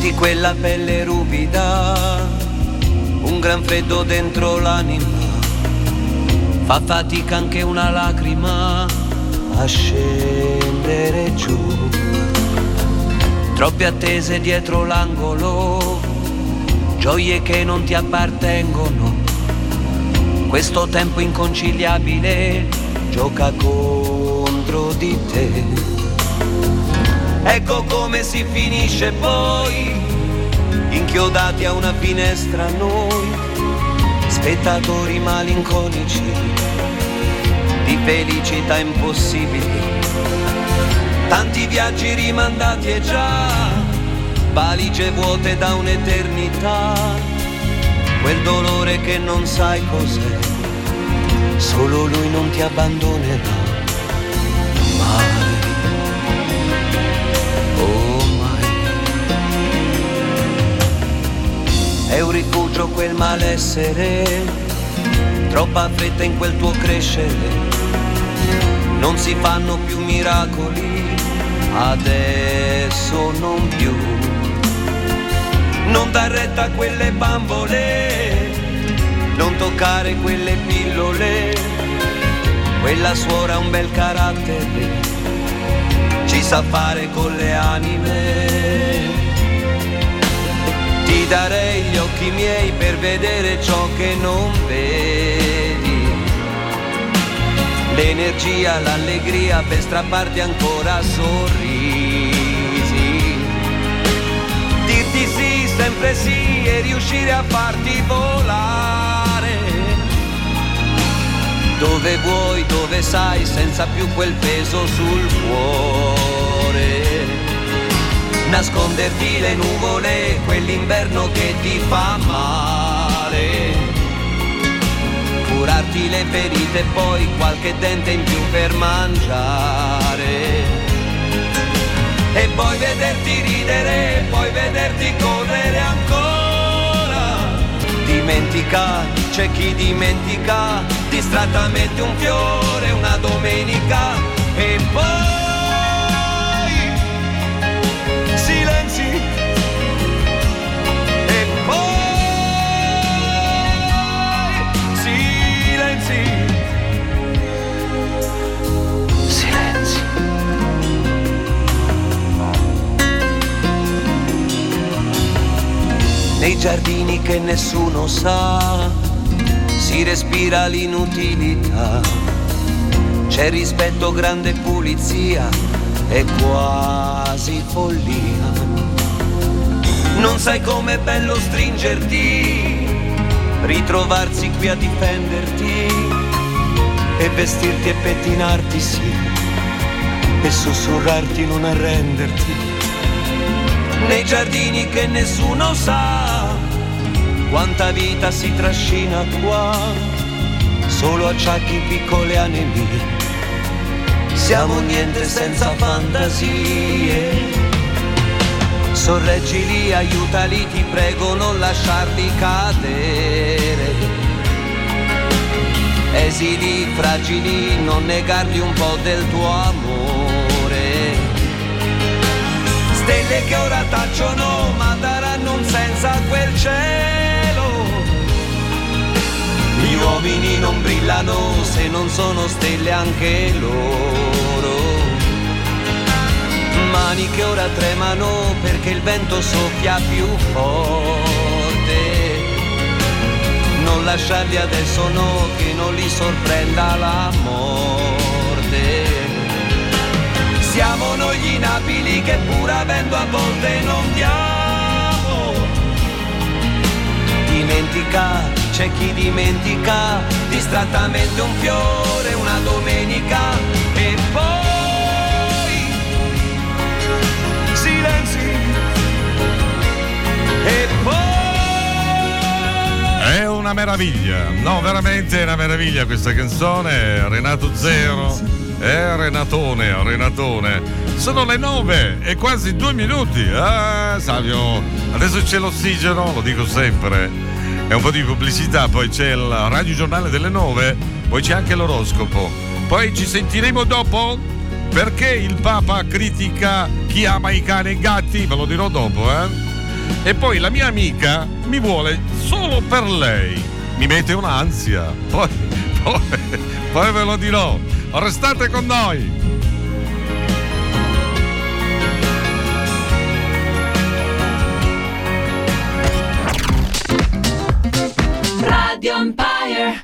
Senti quella pelle ruvida, un gran freddo dentro l'anima, fa fatica anche una lacrima a scendere giù. Troppe attese dietro l'angolo, gioie che non ti appartengono. Questo tempo inconciliabile gioca contro di te. Ecco come si finisce poi, inchiodati a una finestra noi, spettatori malinconici di felicità impossibili. Tanti viaggi rimandati e già valigie vuote da un'eternità. Quel dolore che non sai cos'è, solo lui non ti abbandonerà mai. Oh mai. È un rifugio quel malessere, troppa fretta in quel tuo crescere. Non si fanno più miracoli, adesso non più. Non dar retta a quelle bambole, non toccare quelle pillole. Quella suora ha un bel carattere, ci sa fare con le anime. Ti darei gli occhi miei per vedere ciò che non vedi, l'energia, l'allegria per strapparti ancora sorrisi. Dirti sì, sempre sì e riuscire a farti volare dove vuoi, dove sai, senza più quel peso sul cuore. Nasconderti le nuvole, quell'inverno che ti fa male, curarti le ferite e poi qualche dente in più per mangiare. E poi vederti ridere, poi vederti correre ancora. Dimentica, c'è chi dimentica distrattamente un fiore, una domenica. E poi silenzi. E poi silenzi. Silenzi. Nei giardini che nessuno sa, si respira l'inutilità. C'è rispetto, grande pulizia e quasi follia. Non sai com'è bello stringerti, ritrovarsi qui a difenderti e vestirti e pettinarti, sì, e sussurrarti non arrenderti. Nei giardini che nessuno sa, quanta vita si trascina qua, solo acciacchi, piccole anemie. Siamo niente senza fantasie. Sorreggili, aiutali, ti prego, non lasciarli cadere. Esili, fragili, non negargli un po' del tuo amore. Stelle che ora tacciono, ma daranno un senso a quel cielo. Gli uomini non brillano se non sono stelle anche loro. Mani che ora tremano perché il vento soffia più forte. Non lasciarli adesso, no, che non li sorprenda la morte. Siamo noi gli inabili che pur avendo a volte non diamo. Dimentica, c'è chi dimentica distrattamente un fiore, una domenica. E poi silenzi. E poi è una meraviglia, no, veramente è una meraviglia questa canzone. Renato Zero. Eh, Renatone, Renatone. Sono le nove e quasi due minuti. Ah, Savio, adesso c'è l'ossigeno, lo dico sempre. È un po' di pubblicità, poi c'è il Radio Giornale delle nove, poi c'è anche l'oroscopo. Poi ci sentiremo dopo perché il Papa critica chi ama i cani e i gatti, ve lo dirò dopo, eh. E poi la mia amica mi vuole solo per lei. Mi mette un'ansia. Poi, poi, poi ve lo dirò. Restate con noi. Radio Empire.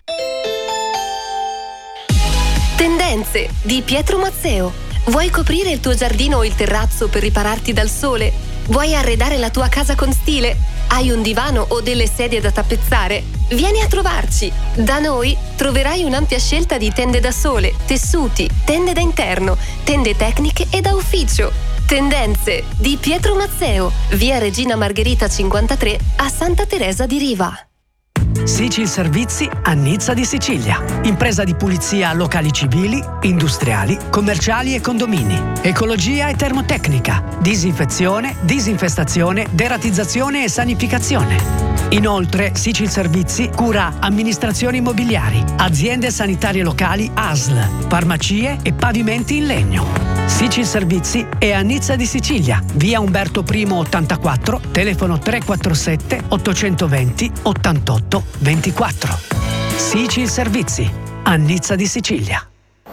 Tendenze di Pietro Mazzeo. Vuoi coprire il tuo giardino o il terrazzo per ripararti dal sole? Vuoi arredare la tua casa con stile? Hai un divano o delle sedie da tappezzare? Vieni a trovarci! Da noi troverai un'ampia scelta di tende da sole, tessuti, tende da interno, tende tecniche e da ufficio. Tendenze di Pietro Mazzeo, via Regina Margherita cinquantatré a Santa Teresa di Riva. Sicil Servizi a Nizza di Sicilia. Impresa di pulizia a locali civili, industriali, commerciali e condomini. Ecologia e termotecnica. Disinfezione, disinfestazione, deratizzazione e sanificazione. Inoltre, Sicil Servizi cura amministrazioni immobiliari, aziende sanitarie locali A S L, farmacie e pavimenti in legno. Sicil Servizi è a Nizza di Sicilia, via Umberto I ottantaquattro, telefono tre quattro sette otto due zero ottantotto ventiquattro. Sicil Servizi, a Nizza di Sicilia.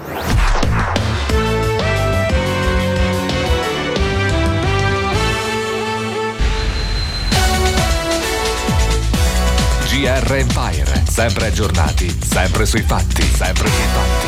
G R Empire, sempre aggiornati, sempre sui fatti, sempre sui fatti.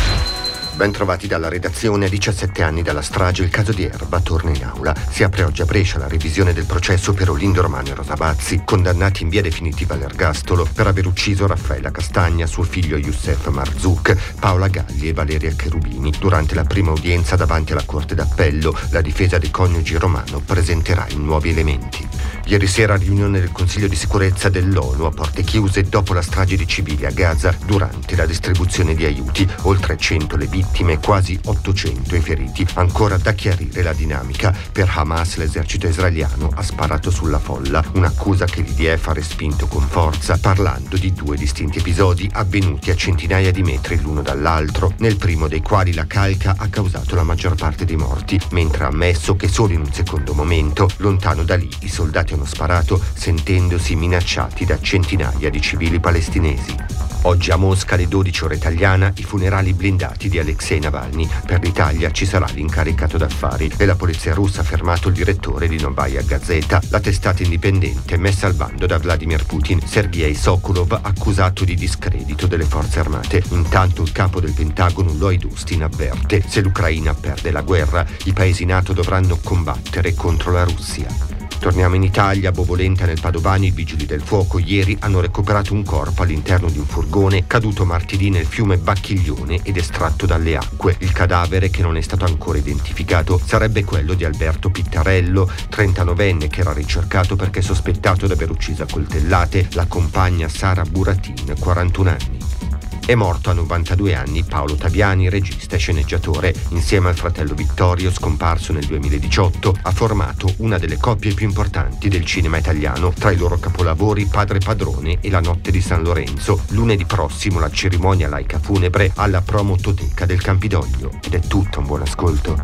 Ben trovati dalla redazione. A diciassette anni dalla strage, il caso di Erba torna in aula. Si apre oggi a Brescia la revisione del processo per Olindo Romano e Rosa Bazzi, condannati in via definitiva all'ergastolo per aver ucciso Raffaella Castagna, suo figlio Youssef Marzouk, Paola Galli e Valeria Cherubini. Durante la prima udienza davanti alla Corte d'Appello, la difesa dei coniugi Romano presenterà i nuovi elementi. Ieri sera riunione del Consiglio di sicurezza dell'ONU a porte chiuse dopo la strage di civili a Gaza durante la distribuzione di aiuti. Oltre cento le vittime, quasi ottocento i feriti. Ancora da chiarire la dinamica. Per Hamas l'esercito israeliano ha sparato sulla folla, un'accusa che l'I D F ha respinto con forza, parlando di due distinti episodi avvenuti a centinaia di metri l'uno dall'altro, nel primo dei quali la calca ha causato la maggior parte dei morti, mentre ha ammesso che solo in un secondo momento, lontano da lì, i soldati hanno sparato sentendosi minacciati da centinaia di civili palestinesi. Oggi a Mosca alle dodici ora italiana i funerali blindati di Alexei Navalny. Per l'Italia ci sarà l'incaricato d'affari e la polizia russa ha fermato il direttore di Novaya Gazeta, la testata indipendente messa al bando da Vladimir Putin, Sergei Sokolov, accusato di discredito delle forze armate. Intanto il capo del Pentagono Lloyd Austin avverte: se l'Ucraina perde la guerra, i paesi NATO dovranno combattere contro la Russia. Torniamo in Italia. A Bovolenta nel Padovani i vigili del fuoco ieri hanno recuperato un corpo all'interno di un furgone caduto martedì nel fiume Bacchiglione ed estratto dalle acque. Il cadavere, che non è stato ancora identificato, sarebbe quello di Alberto Pittarello, trentanovenne, che era ricercato perché sospettato di aver ucciso a coltellate la compagna Sara Buratin, quarantuno anni. È morto a novantadue anni Paolo Taviani, regista e sceneggiatore. Insieme al fratello Vittorio, scomparso nel duemiladiciotto, ha formato una delle coppie più importanti del cinema italiano. Tra i loro capolavori Padre Padrone e La notte di San Lorenzo. Lunedì prossimo la cerimonia laica funebre alla Promototeca del Campidoglio. Ed è tutto, un buon ascolto.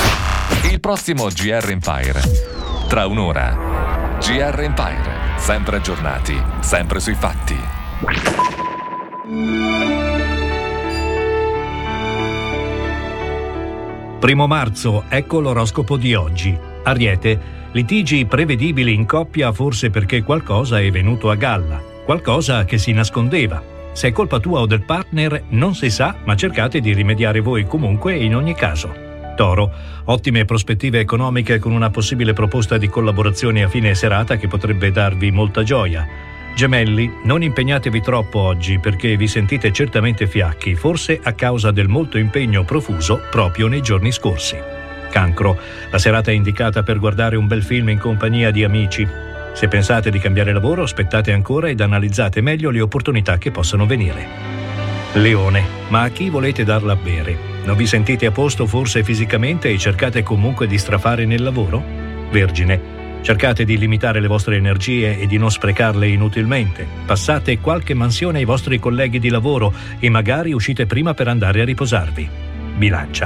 Il prossimo G R Empire. Tra un'ora. G R Empire, sempre aggiornati, sempre sui fatti. Primo marzo, ecco l'oroscopo di oggi. Ariete, litigi prevedibili in coppia forse perché qualcosa è venuto a galla, qualcosa che si nascondeva. Se è colpa tua o del partner non si sa, ma cercate di rimediare voi comunque in ogni caso. Toro, ottime prospettive economiche con una possibile proposta di collaborazione a fine serata che potrebbe darvi molta gioia. Gemelli, non impegnatevi troppo oggi perché vi sentite certamente fiacchi, forse a causa del molto impegno profuso proprio nei giorni scorsi. Cancro, la serata è indicata per guardare un bel film in compagnia di amici. Se pensate di cambiare lavoro, aspettate ancora ed analizzate meglio le opportunità che possano venire. Leone, ma a chi volete darla a bere? Non vi sentite a posto forse fisicamente e cercate comunque di strafare nel lavoro? Vergine, cercate di limitare le vostre energie e di non sprecarle inutilmente. Passate qualche mansione ai vostri colleghi di lavoro e magari uscite prima per andare a riposarvi. Bilancia,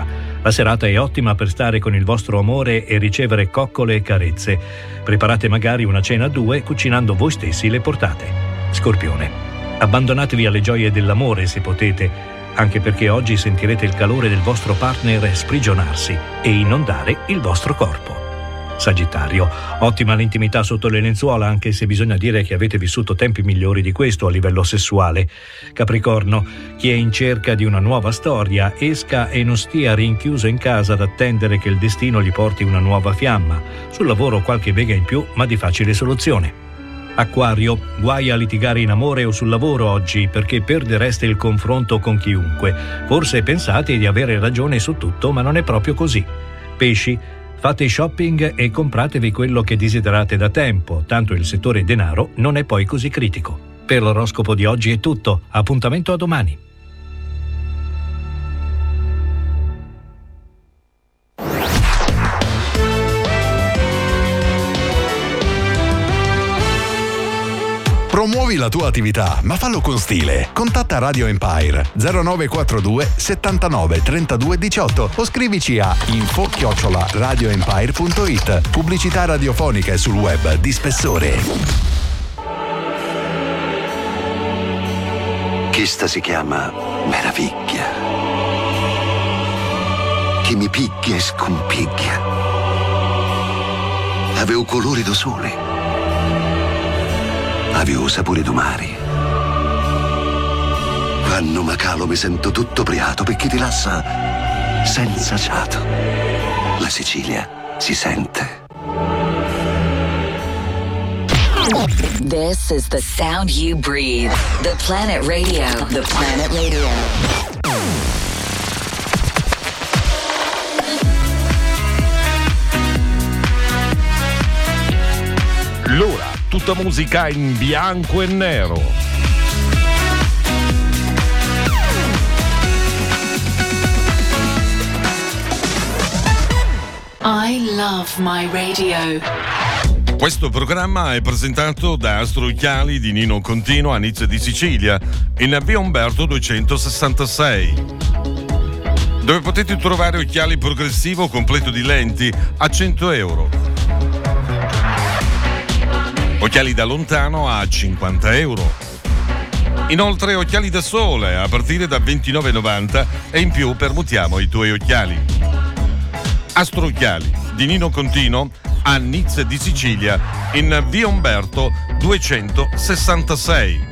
La serata è ottima per stare con il vostro amore e ricevere coccole e carezze. Preparate magari una cena a due, cucinando voi stessi le portate. Scorpione. Abbandonatevi alle gioie dell'amore se potete, anche perché oggi sentirete il calore del vostro partner sprigionarsi e inondare il vostro corpo. Sagittario. Ottima l'intimità sotto le lenzuola, anche se bisogna dire che avete vissuto tempi migliori di questo a livello sessuale. Capricorno. Chi è in cerca di una nuova storia esca e non stia rinchiuso in casa ad attendere che il destino gli porti una nuova fiamma. Sul lavoro qualche bega in più, ma di facile soluzione. Acquario. Guai a litigare in amore o sul lavoro oggi, perché perdereste il confronto con chiunque. Forse pensate di avere ragione su tutto, ma non è proprio così. Pesci. Fate shopping e compratevi quello che desiderate da tempo, tanto il settore denaro non è poi così critico. Per l'oroscopo di oggi è tutto. Appuntamento a domani. Promuovi la tua attività, ma fallo con stile. Contatta Radio Empire zero nove quattro due settantanove trentadue diciotto o scrivici a info chiocciola radioempire punto it. Pubblicità radiofonica e sul web di spessore. Questa si chiama meraviglia. Che mi picchia e scompicchia. Avevo colori do sole. Avevo sapore d'umari. Quando macalo mi sento tutto priato perché ti rilassa senza fiato. La Sicilia si sente. This is the sound you breathe. The Planet Radio. The Planet Radio. L'ora, tutta musica in bianco e nero. I love my radio. Questo programma è presentato da Astro Occhiali di Nino Contino a Nizza di Sicilia, in via Umberto duecentosessantasei, dove potete trovare occhiali progressivo completo di lenti a cento euro. Occhiali da lontano a cinquanta euro. Inoltre occhiali da sole a partire da ventinove e novanta e in più permutiamo i tuoi occhiali. Astro Occhiali di Nino Contino a Nizza di Sicilia in via Umberto duecentosessantasei.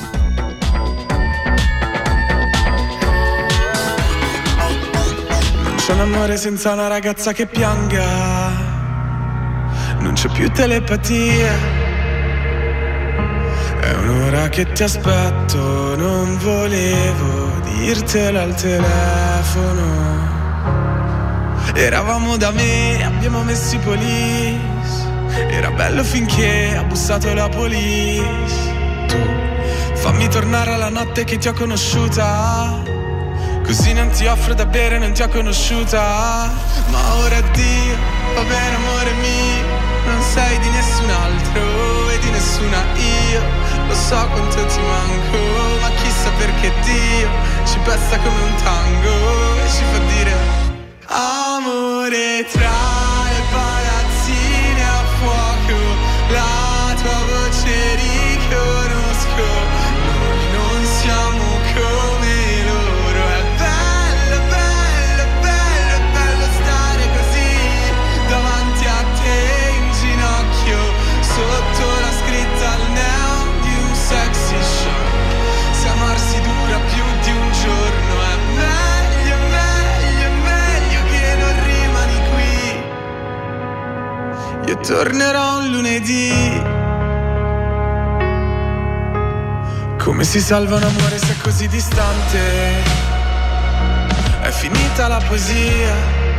Non c'è un amore senza una ragazza che pianga, non c'è più telepatia. È un'ora che ti aspetto, non volevo dirtelo al telefono. Eravamo da me, abbiamo messo i police. Era bello finché ha bussato la police. Tu fammi tornare alla notte che ti ho conosciuta, così non ti offro da bere, non ti ho conosciuta. Ma ora addio, va bene amore mio, non sei di nessun altro e di nessuna io. Lo so quanto ti manco, ma chissà perché Dio ci pesta come un tango e ci fa dire amore tra le palazzine a fuoco. La tua voce riconosco, noi non siamo come loro. È bello, bello, bello, bello stare così davanti a te in ginocchio, sotto la scritta al neon di un sexy show. Se amarsi dura più di un giorno è meglio, meglio, meglio che non rimani qui. Io tornerò un lunedì. Come si salva un amore se è così distante? È finita la poesia.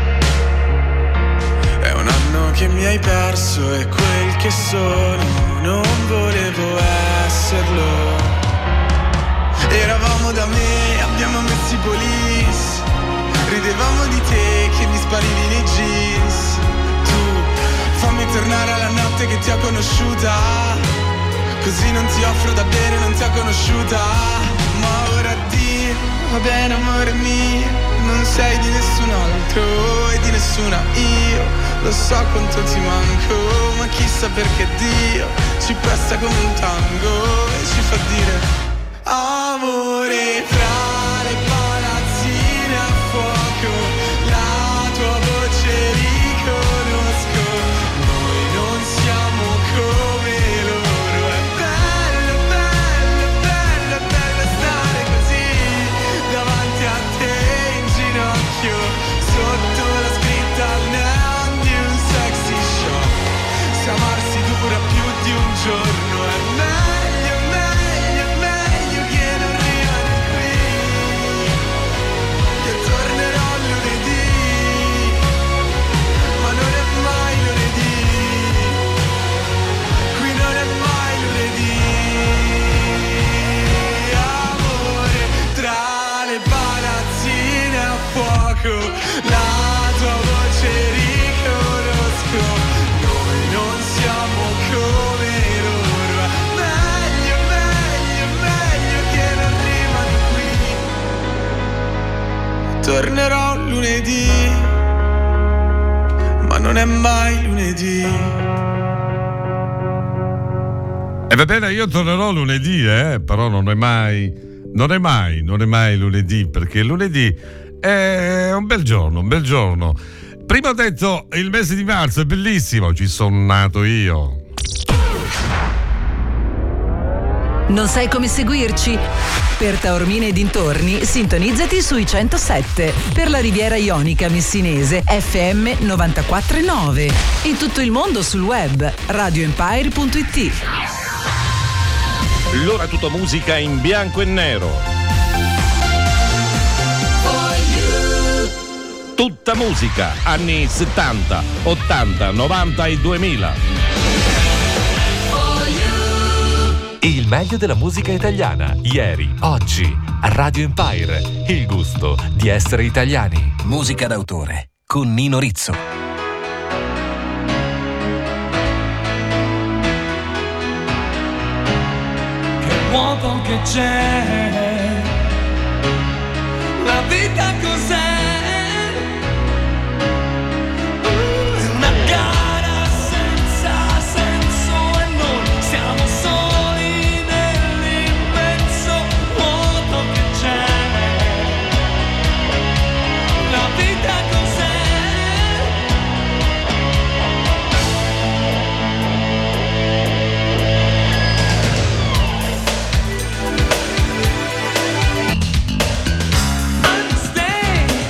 È un anno che mi hai perso e quel che sono non volevo esserlo. Eravamo da me, abbiamo messo i police. Ridevamo di te che mi sparivi nei jeans. Tu fammi tornare alla notte che ti ho conosciuta, così non ti offro da bere, non ti ho conosciuta. Ma ora addio, va bene amore mio, non sei di nessun altro e di nessuna io. Lo so quanto ti manco, ma chissà perché Dio ci presta come un tango e ci fa dire amore tra le palazzine a fuoco, la tua voce riconosco, noi non siamo come loro, è bello, bello, bello, bello stare così davanti a te in ginocchio, sotto la scritta al neon di un sexy shop, se amarsi dura più di un giorno è meglio, meglio, meglio che non rimani qui, che tornerò lunedì, ma non è mai lunedì, qui non è mai lunedì, amore tra le palazzine a fuoco, la tua voce riconosco, noi non siamo come loro, è meglio, meglio, meglio che non rimani qui, tornerò lunedì, ma non è mai lunedì. E va bene, io tornerò lunedì, eh, però non è mai, non è mai, non è mai lunedì, perché lunedì è un bel giorno, un bel giorno. Prima ho detto il mese di marzo è bellissimo, ci sono nato io. Non sai come seguirci? Per Taormina e dintorni, sintonizzati sui centosette. Per la Riviera Ionica Messinese, F M novantaquattro virgola nove. In tutto il mondo sul web, radio empire punto it. L'ora tutta musica in bianco e nero. Tutta musica, anni settanta, ottanta, novanta e duemila. Il meglio della musica italiana, ieri, oggi, a Radio Empire. Il gusto di essere italiani. Musica d'autore con Nino Rizzo. Che vuoto che c'è, la vita cos'è? È una gara senza senso e noi siamo soli nell'immenso vuoto che c'è. La vita cos'è? I'm staying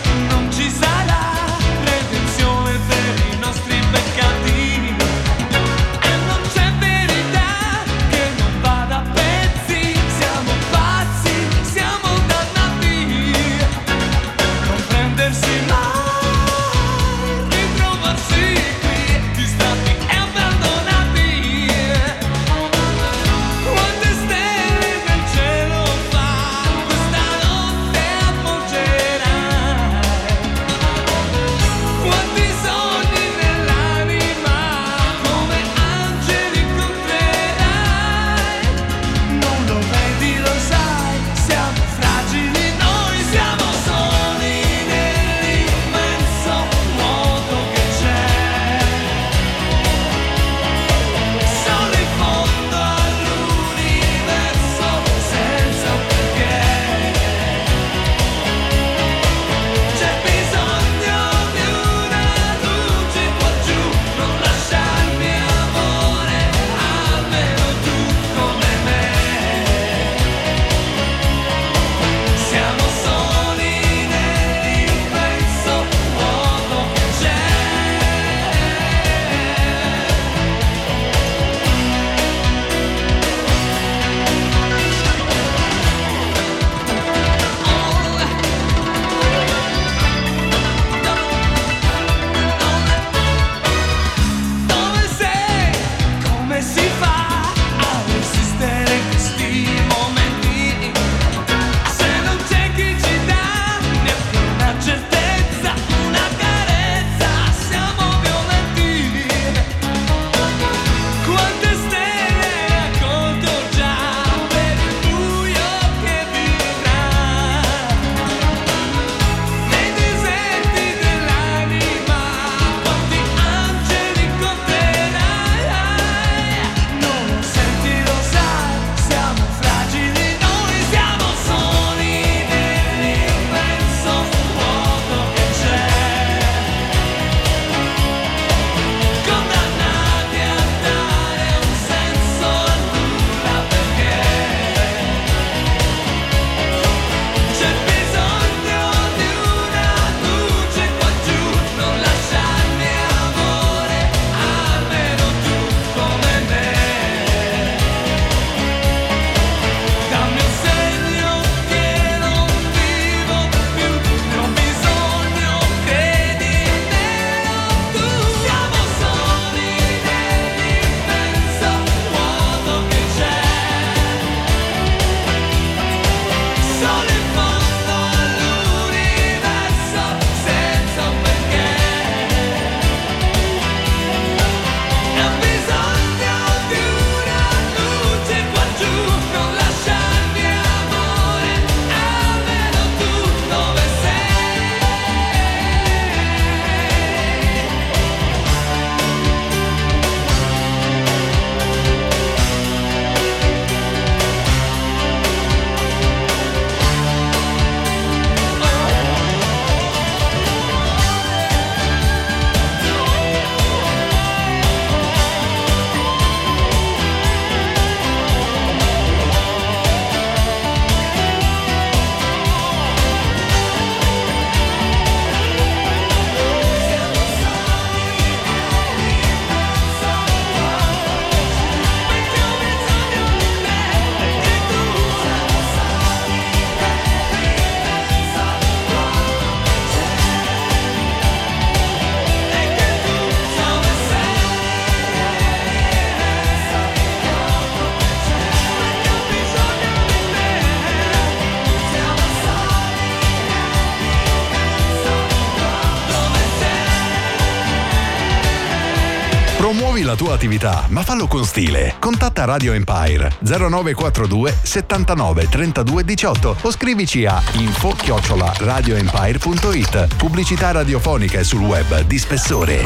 Promuovi la tua attività, ma fallo con stile. Contatta Radio Empire zero nove quattro due settantanove trentadue diciotto o scrivici a info chiocciola radioempire punto it. Pubblicità radiofonica e sul web di spessore.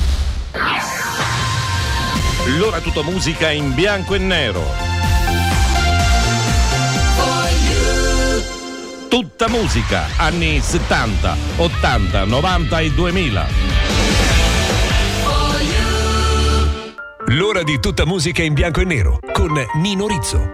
L'ora tutta musica in bianco e nero. Tutta musica, anni settanta, ottanta, novanta e duemila. L'ora di tutta musica in bianco e nero con Nino Rizzo.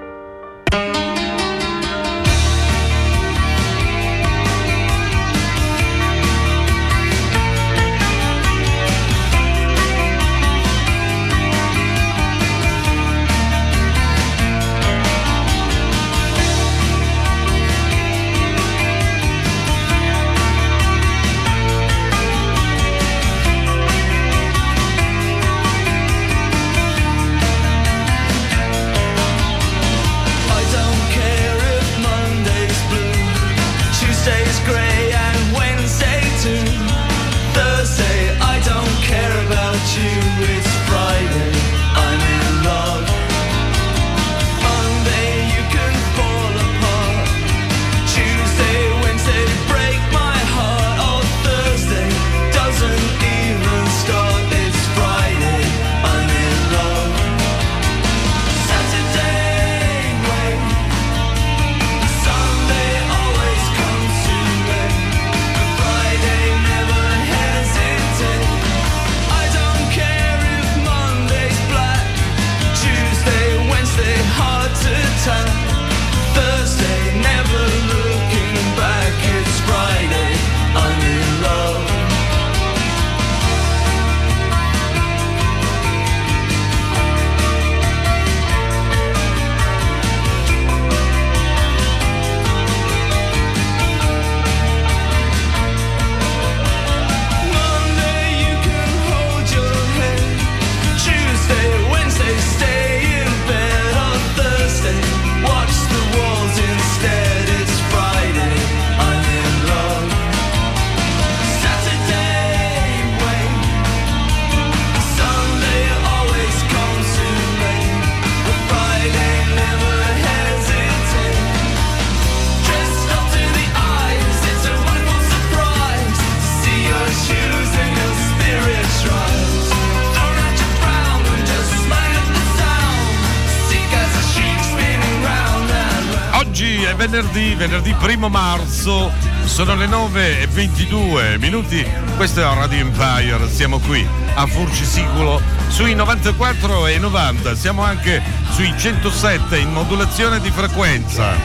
Venerdì, venerdì primo marzo, sono le nove e ventidue minuti, questo è Radio Empire, siamo qui a Furcisicolo sui novantaquattro e novanta, siamo anche sui centosette in modulazione di frequenza,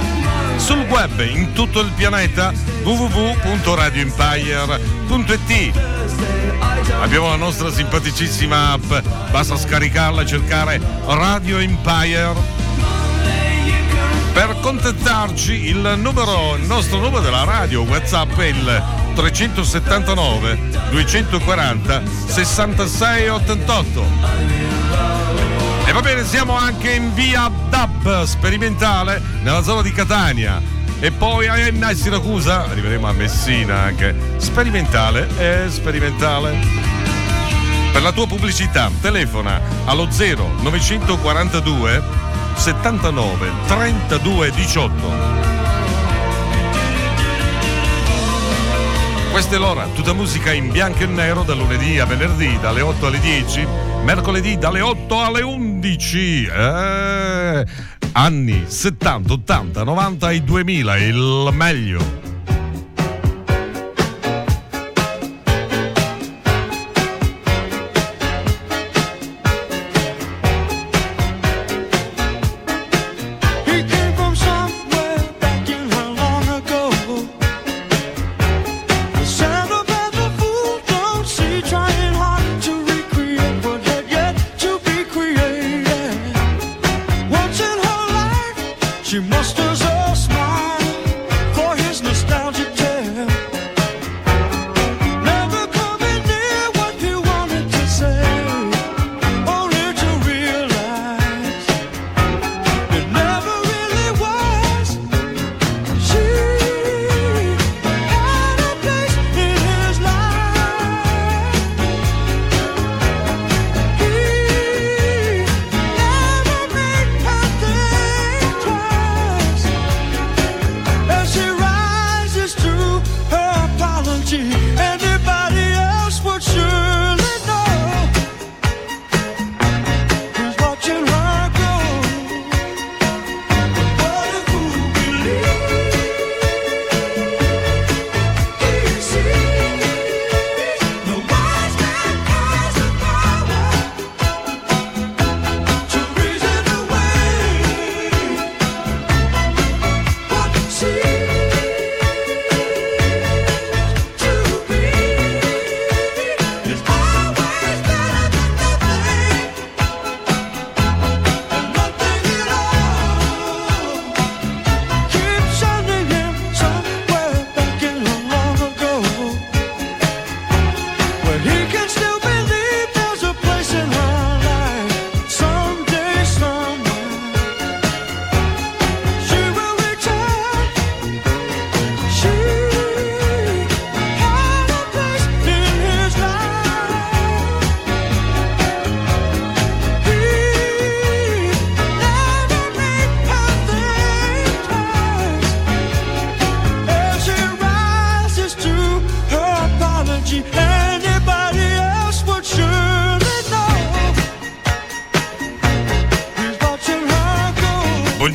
sul web in tutto il pianeta w w w punto radio empire punto i t. Abbiamo la nostra simpaticissima app, basta scaricarla e cercare Radio Empire. Per contattarci il numero, il nostro numero della radio WhatsApp è il trecentosettantanove duecentoquaranta sessantasei ottantotto. E va bene, siamo anche in via D A P sperimentale nella zona di Catania e poi a Enna e Siracusa, arriveremo a Messina anche, sperimentale e sperimentale. Per la tua pubblicità telefona allo zero novecentoquarantadue settantanove trentadue diciotto. Questa è l'ora, tutta musica in bianco e nero da lunedì a venerdì dalle otto alle dieci, mercoledì dalle otto alle undici. Eh, anni settanta, ottanta, novanta e duemila, il meglio. She musters a smile for his nostalgia.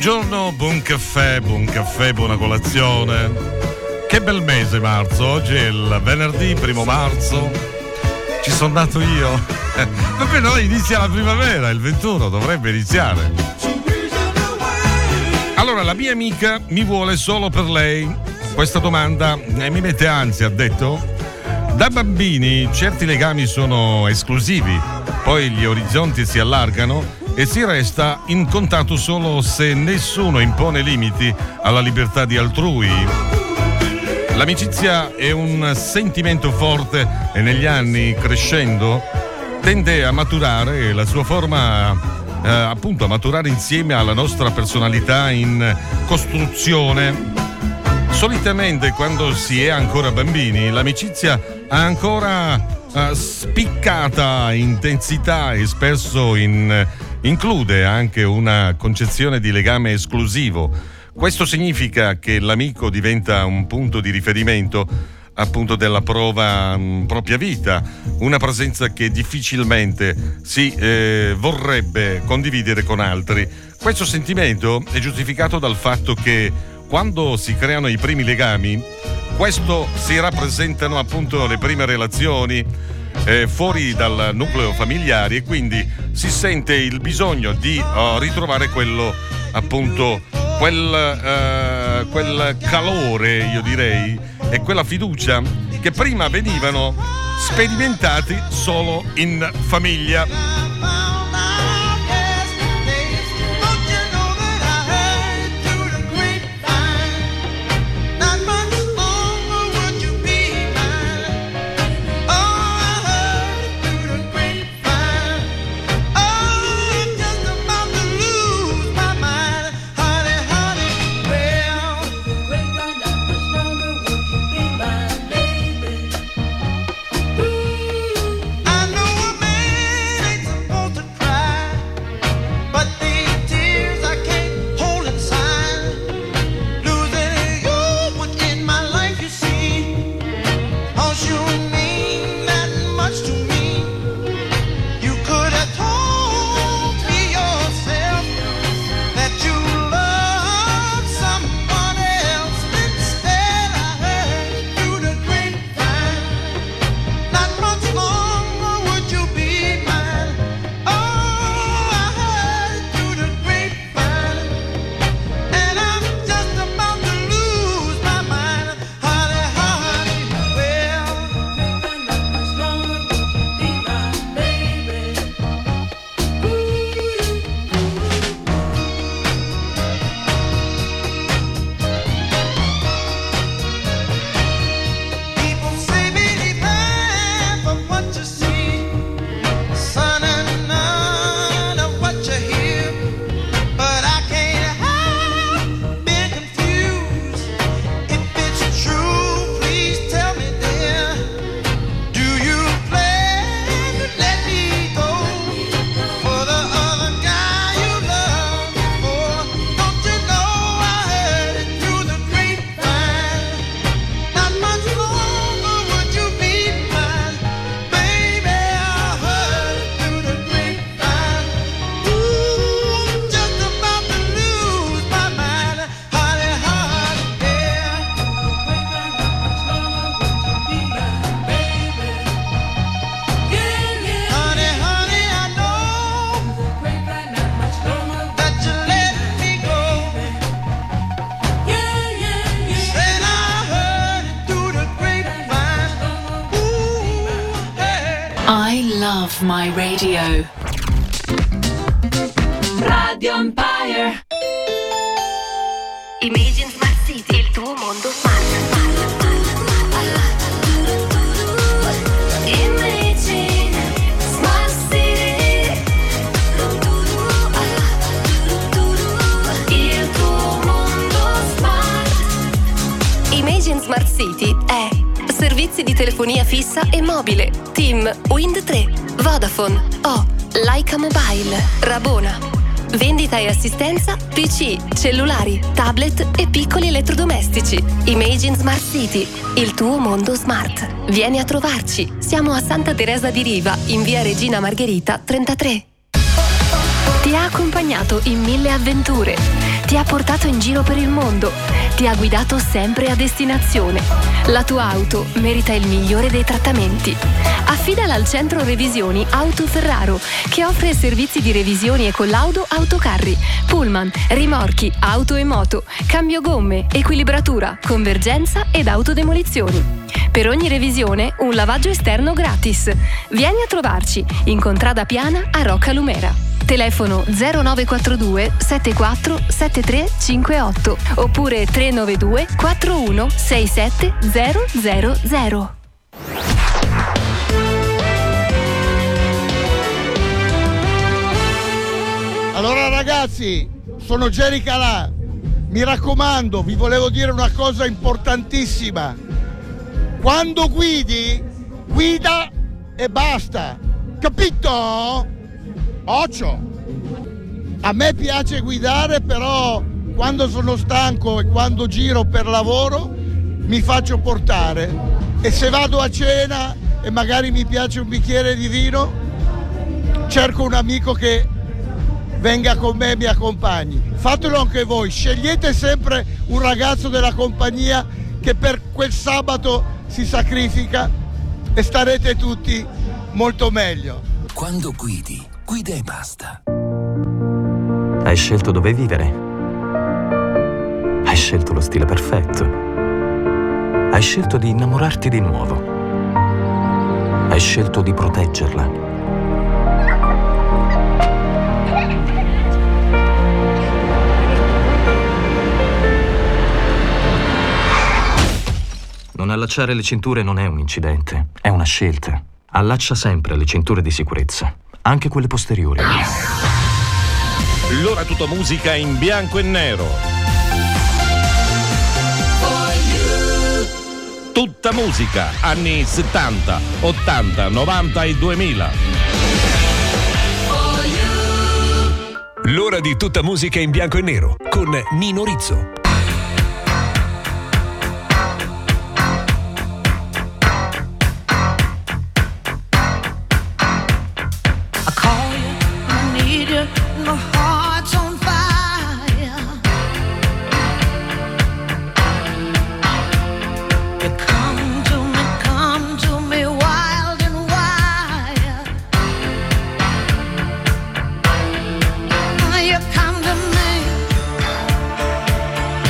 Buongiorno, buon caffè, buon caffè, buona colazione. Che bel mese marzo, oggi è il venerdì primo marzo. Ci sono nato io. Vabbè, no, inizia la primavera, il ventuno dovrebbe iniziare. Allora, la mia amica mi vuole solo per lei. Questa domanda eh, mi mette ansia, ha detto. Da bambini certi legami sono esclusivi, poi gli orizzonti si allargano e si resta in contatto solo se nessuno impone limiti alla libertà di altrui. L'amicizia è un sentimento forte e negli anni, crescendo, tende a maturare e la sua forma eh, appunto a maturare insieme alla nostra personalità in costruzione. Solitamente quando si è ancora bambini l'amicizia ha ancora uh, spiccata intensità e spesso in, include anche una concezione di legame esclusivo. Questo significa che l'amico diventa un punto di riferimento appunto della prova mh, propria vita, una presenza che difficilmente si eh, vorrebbe condividere con altri. Questo sentimento è giustificato dal fatto che quando si creano i primi legami, questo si rappresentano appunto le prime relazioni eh, fuori dal nucleo familiare e quindi si sente il bisogno di uh, ritrovare quello appunto quel, uh, quel calore, io direi, e quella fiducia che prima venivano sperimentati solo in famiglia. My radio. Radio Empire. Imagine Smart City, il tuo mondo smart. Imagine Smart City, il tuo mondo smart. Imagine Smart City è servizi di telefonia fissa e mobile, TIM, Wind tre, Vodafone, O, Laika Mobile, Rabona. Vendita e assistenza P C, cellulari, tablet e piccoli elettrodomestici. Imagine Smart City, il tuo mondo smart. Vieni a trovarci. Siamo a Santa Teresa di Riva, in via Regina Margherita trentatré. Ti ha accompagnato in mille avventure. ti ha portato in giro per il mondo, ti ha guidato sempre a destinazione. La tua auto merita il migliore dei trattamenti. Affidala al centro revisioni Auto Ferraro, che offre servizi di revisioni e collaudo autocarri, pullman, rimorchi, auto e moto, cambio gomme, equilibratura, convergenza ed autodemolizioni. Per ogni revisione un lavaggio esterno gratis. Vieni a trovarci in Contrada Piana a Rocca Lumera. Telefono zero nove quattro due sette quattro sette tre cinque otto oppure tre nove due quattro uno sei sette zero zero zero. Allora ragazzi, sono Jerry Calà. Mi raccomando, vi volevo dire una cosa importantissima. Quando guidi, guida e basta. Capito? Occhio. A me piace guidare, però quando sono stanco e quando giro per lavoro mi faccio portare. E se vado a cena e magari mi piace un bicchiere di vino, cerco un amico che venga con me e mi accompagni. Fatelo anche voi, scegliete sempre un ragazzo della compagnia che per quel sabato si sacrifica e starete tutti molto meglio. Quando guidi, guida e basta. Hai scelto dove vivere. Hai scelto lo stile perfetto. Hai scelto di innamorarti di nuovo. Hai scelto di proteggerla. Non allacciare le cinture non è un incidente, è una scelta. Allaccia sempre le cinture di sicurezza, anche quelle posteriori. L'ora tutta musica in bianco e nero. Tutta musica, anni settanta, ottanta, novanta e duemila. L'ora di tutta musica in bianco e nero con Nino Rizzo. You come to me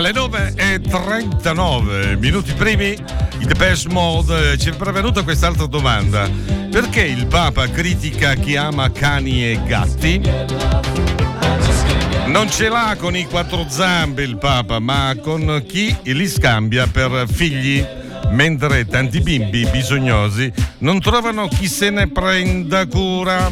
Alle nove e trentanove minuti primi, in Depeche Mode, ci è pervenuta quest'altra domanda: perché il Papa critica chi ama cani e gatti? Non ce l'ha con i quattro zampe il Papa, ma con chi li scambia per figli, mentre tanti bimbi bisognosi non trovano chi se ne prenda cura.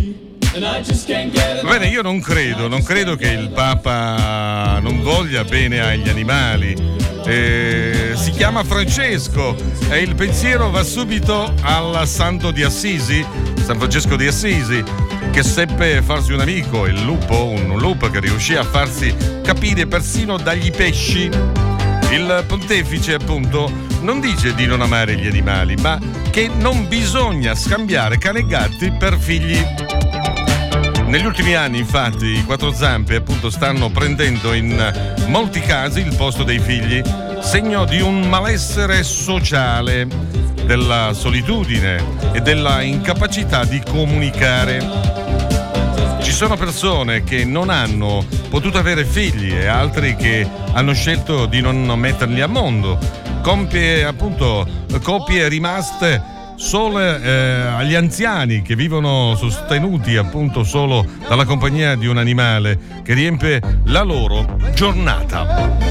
Bene, io non credo, non credo che il Papa non voglia bene agli animali. Eh, si chiama Francesco e il pensiero va subito al santo di Assisi, San Francesco di Assisi, che seppe farsi un amico, il lupo, un lupo che riuscì a farsi capire persino dagli pesci. Il pontefice, appunto, non dice di non amare gli animali, ma che non bisogna scambiare cani e gatti per figli. Negli ultimi anni, infatti, i quattro zampe, appunto, stanno prendendo in molti casi il posto dei figli, segno di un malessere sociale, della solitudine e della incapacità di comunicare. Ci sono persone che non hanno potuto avere figli e altri che hanno scelto di non metterli al mondo. Compie, appunto, coppie rimaste solo eh, agli anziani che vivono sostenuti appunto solo dalla compagnia di un animale che riempie la loro giornata.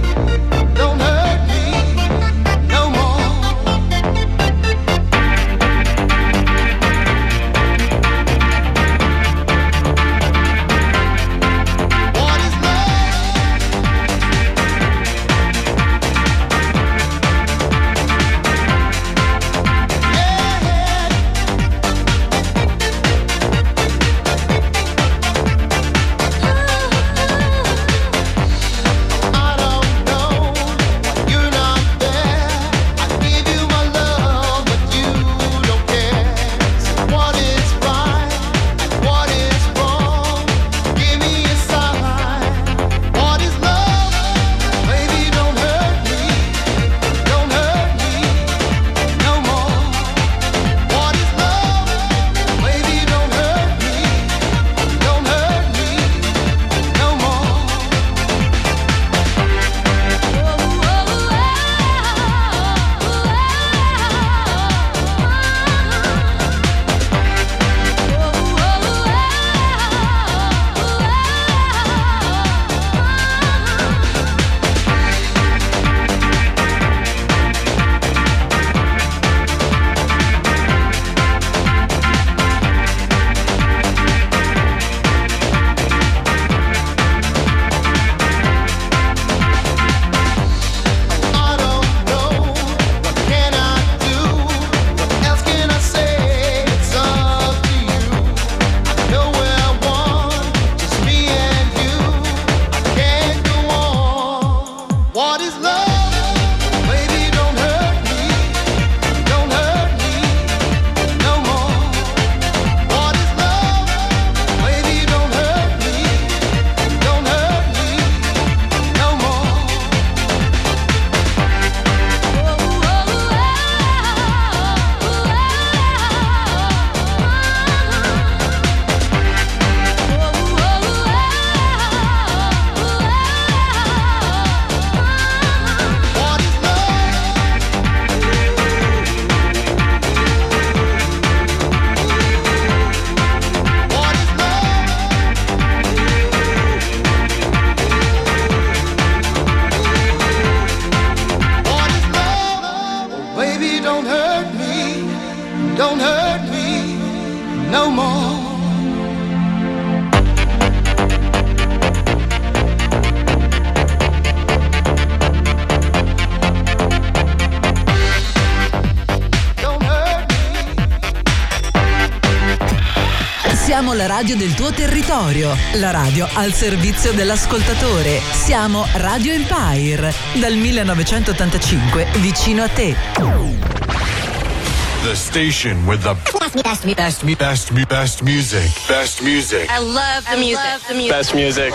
Siamo la radio del tuo territorio, la radio al servizio dell'ascoltatore. Siamo Radio Empire, dal millenovecentottantacinque vicino a te. The station with the best, best, best, best, best music. Best music. I love the music. I love the music. Best music.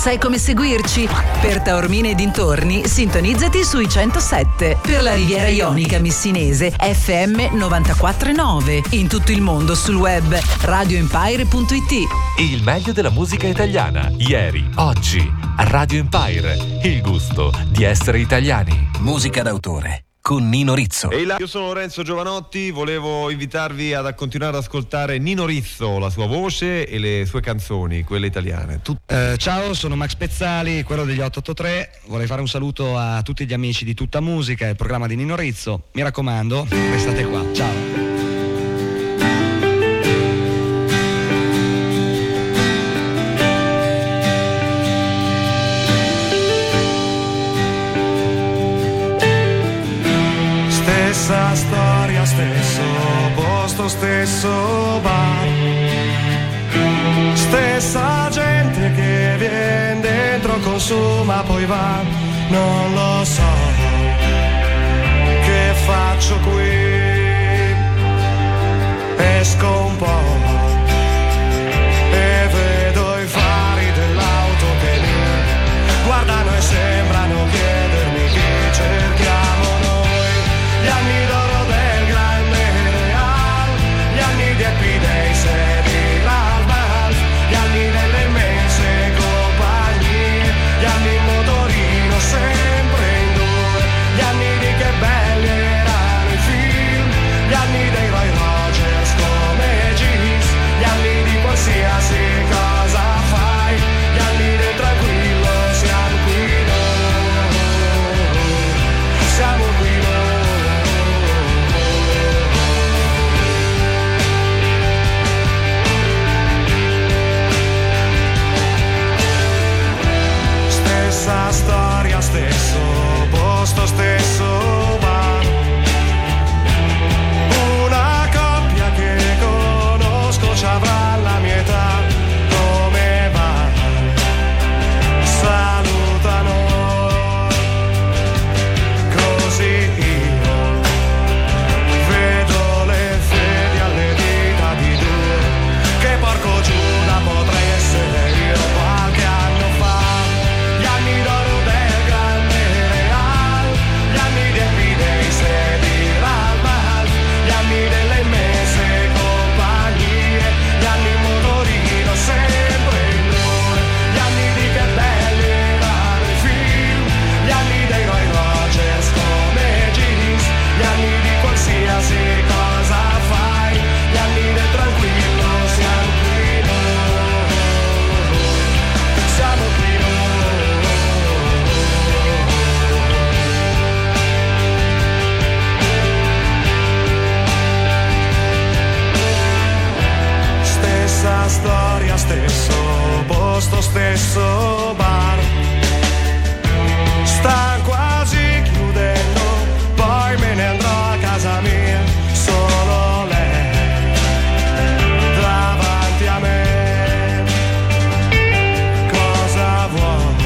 sai come seguirci? Per Taormina e dintorni sintonizzati sui centosette. Per la Riviera Ionica Missinese F M novantaquattro virgola nove. In tutto il mondo sul web radio empire punto it. Il meglio della musica italiana, ieri, oggi, a Radio Empire. Il gusto di essere italiani. Musica d'autore con Nino Rizzo. Ehi là, io sono Lorenzo Giovanotti, volevo invitarvi ad continuare ad ascoltare Nino Rizzo, la sua voce e le sue canzoni, quelle italiane. Tut- eh, ciao, sono Max Pezzali, quello degli otto otto tre. Vorrei fare un saluto a tutti gli amici di Tutta Musica, il programma di Nino Rizzo. Mi raccomando, restate qua. Ciao. Stessa storia, stesso posto, stesso bar. Stessa gente che viene dentro, consuma, poi va. Non lo so che faccio qui. Esco un po' e vedo i fari dell'auto che mi guardano e sembrano chiedermi chi cerchiamo. Gli anni d'oro del grande Real, gli anni di Happy Days e di Ralph, gli anni delle immense compagnie, gli anni in motorino sempre in due, gli anni di Che belli erano i film, gli anni dei Roy Rogers come Jeans, gli anni di qualsiasi cosa fai, gli anni del tranquillo, siamo qui noi, siamo qui noi. Stessa storia, stesso posto, stesso bar. Una coppia che conosco ci avrà la mia età. Come va? Salutano. Così io vedo le fedi alle dita di due. Che porco Giuda potrei essere io qualche anno fa. Gli anni d'oro del grande Real, gli anni di Happy Days e di Ralph, gli anni delle immense compagnie, gli anni in motorino sempre in due, gli anni di Che belli erano i film, gli anni dei Roy Rogers come Jeans, gli anni di qualsiasi cosa fai, gli anni del tranquillo, siamo qui noi, siamo qui noi. Stessa storia, stesso posto, stesso bar. Sta quasi chiudendo, poi me ne andrò a casa mia. Solo lei davanti a me. Cosa vuoi?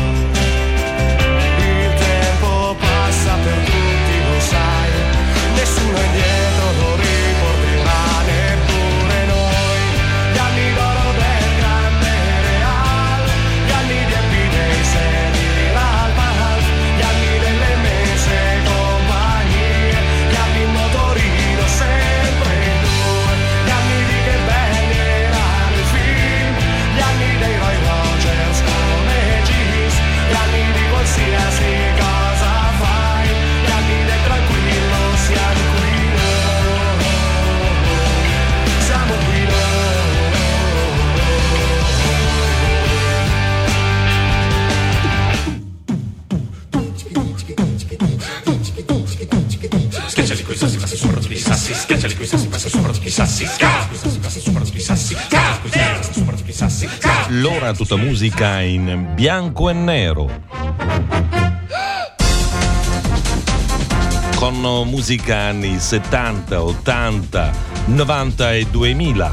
Il tempo passa per tutti, lo sai. Nessuno indietro lo riporterà, neppure noi. Gli anni d'oro del grande Real, gli anni di Happy Days e di Ralph, gli anni delle immense compagnie, gli anni in motorino sempre in due, gli anni di Che belli erano i film, gli anni dei Roy Rogers come Jeans, gli anni di qualsiasi cosa fai, gli anni del tranquillo, siamo qui noi, siamo qui noi. Schiacciali coi sassi, passa sopra tutti i sassi. Schiacciali coi sassi, passa sopra tutti i sassi. Passa sopra tutti i sassi. Passa sopra tutti i sassi. L'ora tutta musica in bianco e nero. Con musica anni settanta, ottanta, novanta e duemila.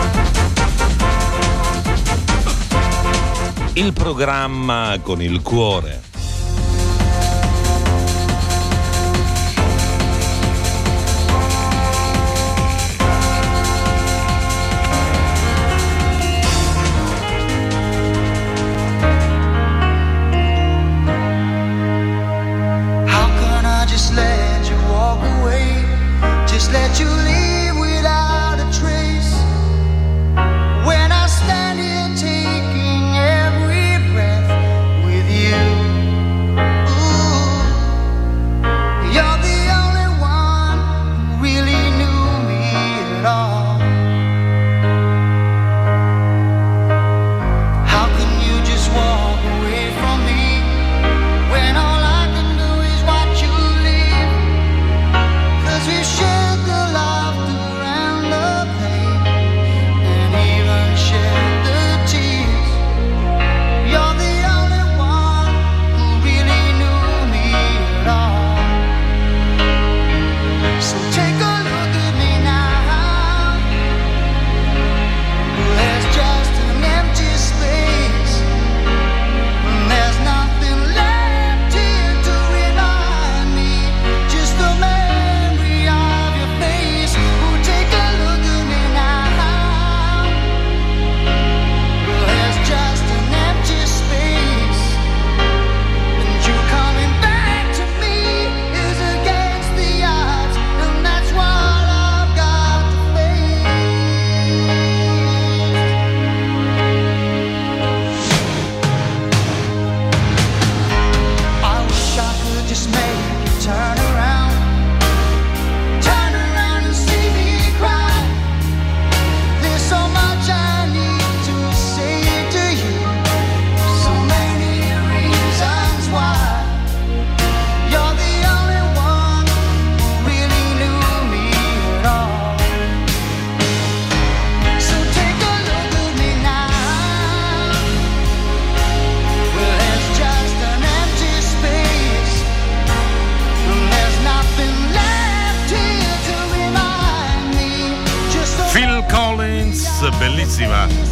Il programma con il cuore.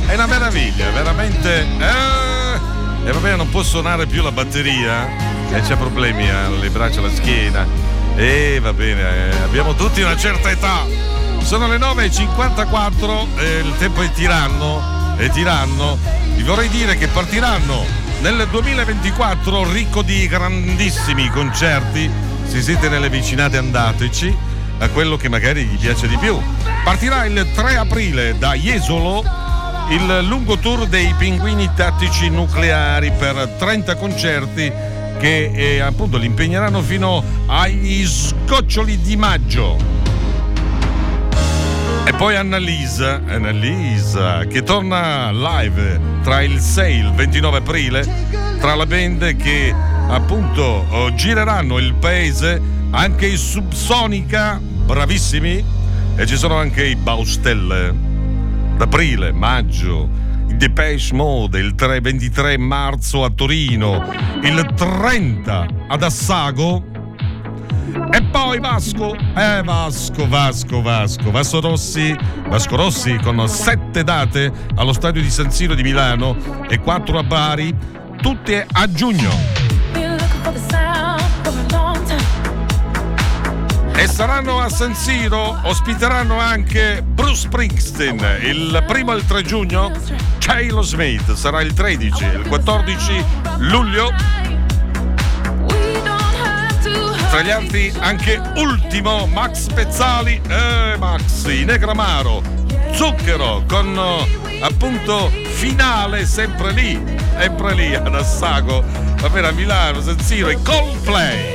è una meraviglia, veramente. Eh, e va bene, non può suonare più la batteria, e c'è problemi alle braccia, alla schiena. E va bene, eh, abbiamo tutti una certa età. Sono le nove e cinquantaquattro, eh, il tempo è tiranno, è tiranno. Vi vorrei dire che partiranno nel duemilaventiquattro ricco di grandissimi concerti. Se siete nelle vicinate andateci a quello che magari gli piace di più. Partirà il tre aprile da Jesolo il lungo tour dei Pinguini Tattici Nucleari per trenta concerti che eh, appunto li impegneranno fino agli sgoccioli di maggio. E poi Annalisa, Annalisa che torna live tra il sei e il ventinove aprile tra la band che appunto oh, gireranno il paese, anche i Subsonica, bravissimi, e ci sono anche i Baustelle d'aprile, maggio, i Depeche Mode il tre ventitré marzo a Torino, il trenta ad Assago. E poi Vasco, eh Vasco, Vasco, Vasco, Vasco Rossi, Vasco Rossi con sette date allo stadio di San Siro di Milano e quattro a Bari, tutte a giugno. E saranno a San Siro, ospiteranno anche Bruce Springsteen il primo e il tre giugno, Taylor Smith sarà il tredici e il quattordici luglio. Tra gli altri anche Ultimo, Max Pezzali, eh Max, i Negramaro, Zucchero con appunto finale sempre lì, sempre lì ad Assago, va bene, a Milano, San Siro, e Coldplay.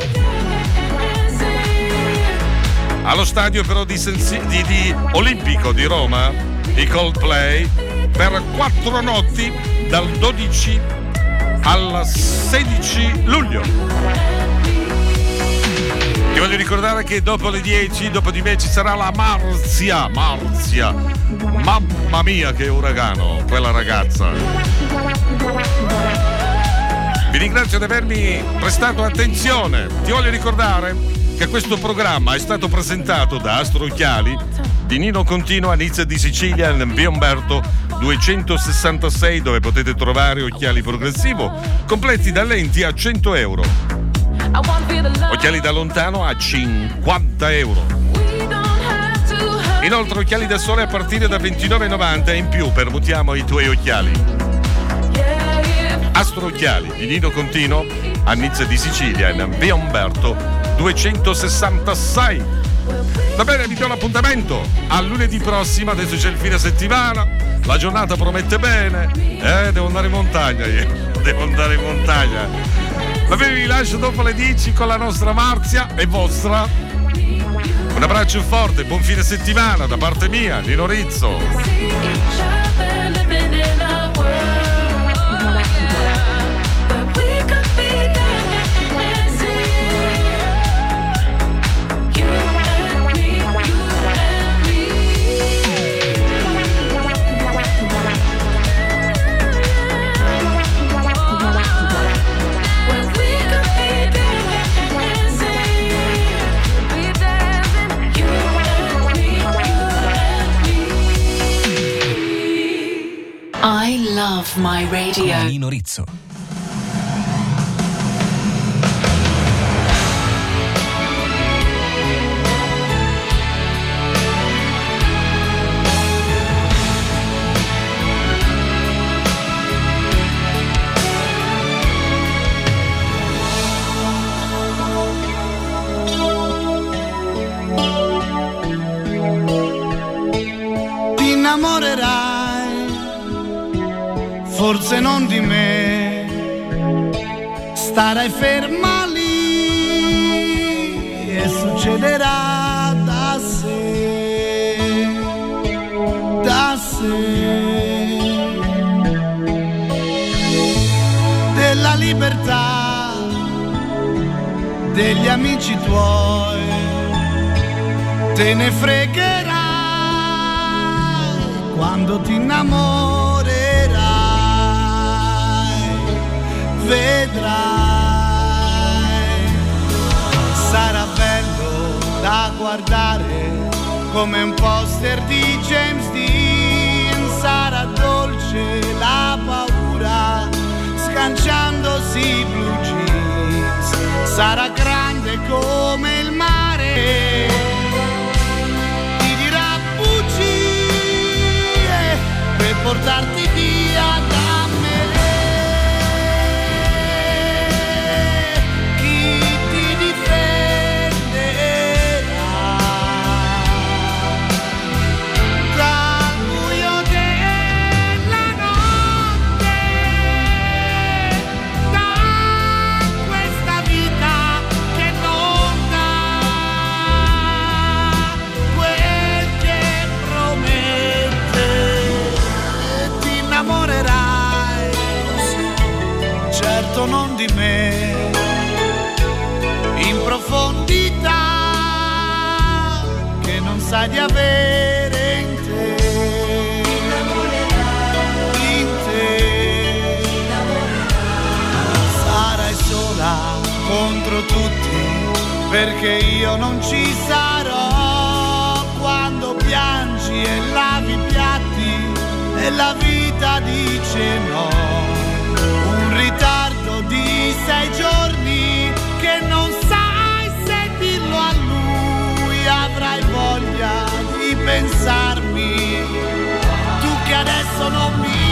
Allo stadio però di, Sensi- di, di Olimpico di Roma, i Coldplay per quattro notti dal dodici al sedici luglio. Ti voglio ricordare che dopo le dieci, dopo di me ci sarà la Marzia, Marzia, mamma mia che uragano, quella ragazza. Vi ringrazio di avermi prestato attenzione. Ti voglio ricordare che questo programma è stato presentato da Astro Occhiali di Nino Contino a Nizza di Sicilia in via Umberto duecentosessantasei, dove potete trovare occhiali progressivo completi da lenti a cento euro, occhiali da lontano a cinquanta euro, inoltre occhiali da sole a partire da ventinove e novanta e in più permutiamo i tuoi occhiali. Astro Occhiali di Nino Contino a Nizza di Sicilia in via Umberto duecentosessantasei. Va bene, vi do l'appuntamento a lunedì prossimo. Adesso c'è il fine settimana, la giornata promette bene, eh, devo andare in montagna io, devo andare in montagna. Va bene, vi lascio dopo le dieci con la nostra Marzia e vostra. Un abbraccio forte, buon fine settimana da parte mia, Nino Rizzo. I love my radio. Nino Rizzo. Ti innamorerai, forse non di me, starai ferma lì e succederà da sé, da sé. Della libertà degli amici tuoi te ne fregherai quando ti innamorerai, vedrai, sarà bello da guardare come un poster di James Dean, sarà dolce sconfigge la paura, scanciandosi i blue jeans. Sarà grande come il mare, ti dirà bugie per portarti via da me. Chi ti difenderà dal buio della notte, da questa vita che non dà quel che promette. E ti innamorerai, certo non di me, in profondità che non sai di avere in te. In te sarai sola contro tutti, perché io non ci sarò quando piangi e lavi i piatti e la vita dice no. Un ritardo di sei giorni che non sai se dirlo a lui. Avrai voglia di pensarmi, tu che adesso non mi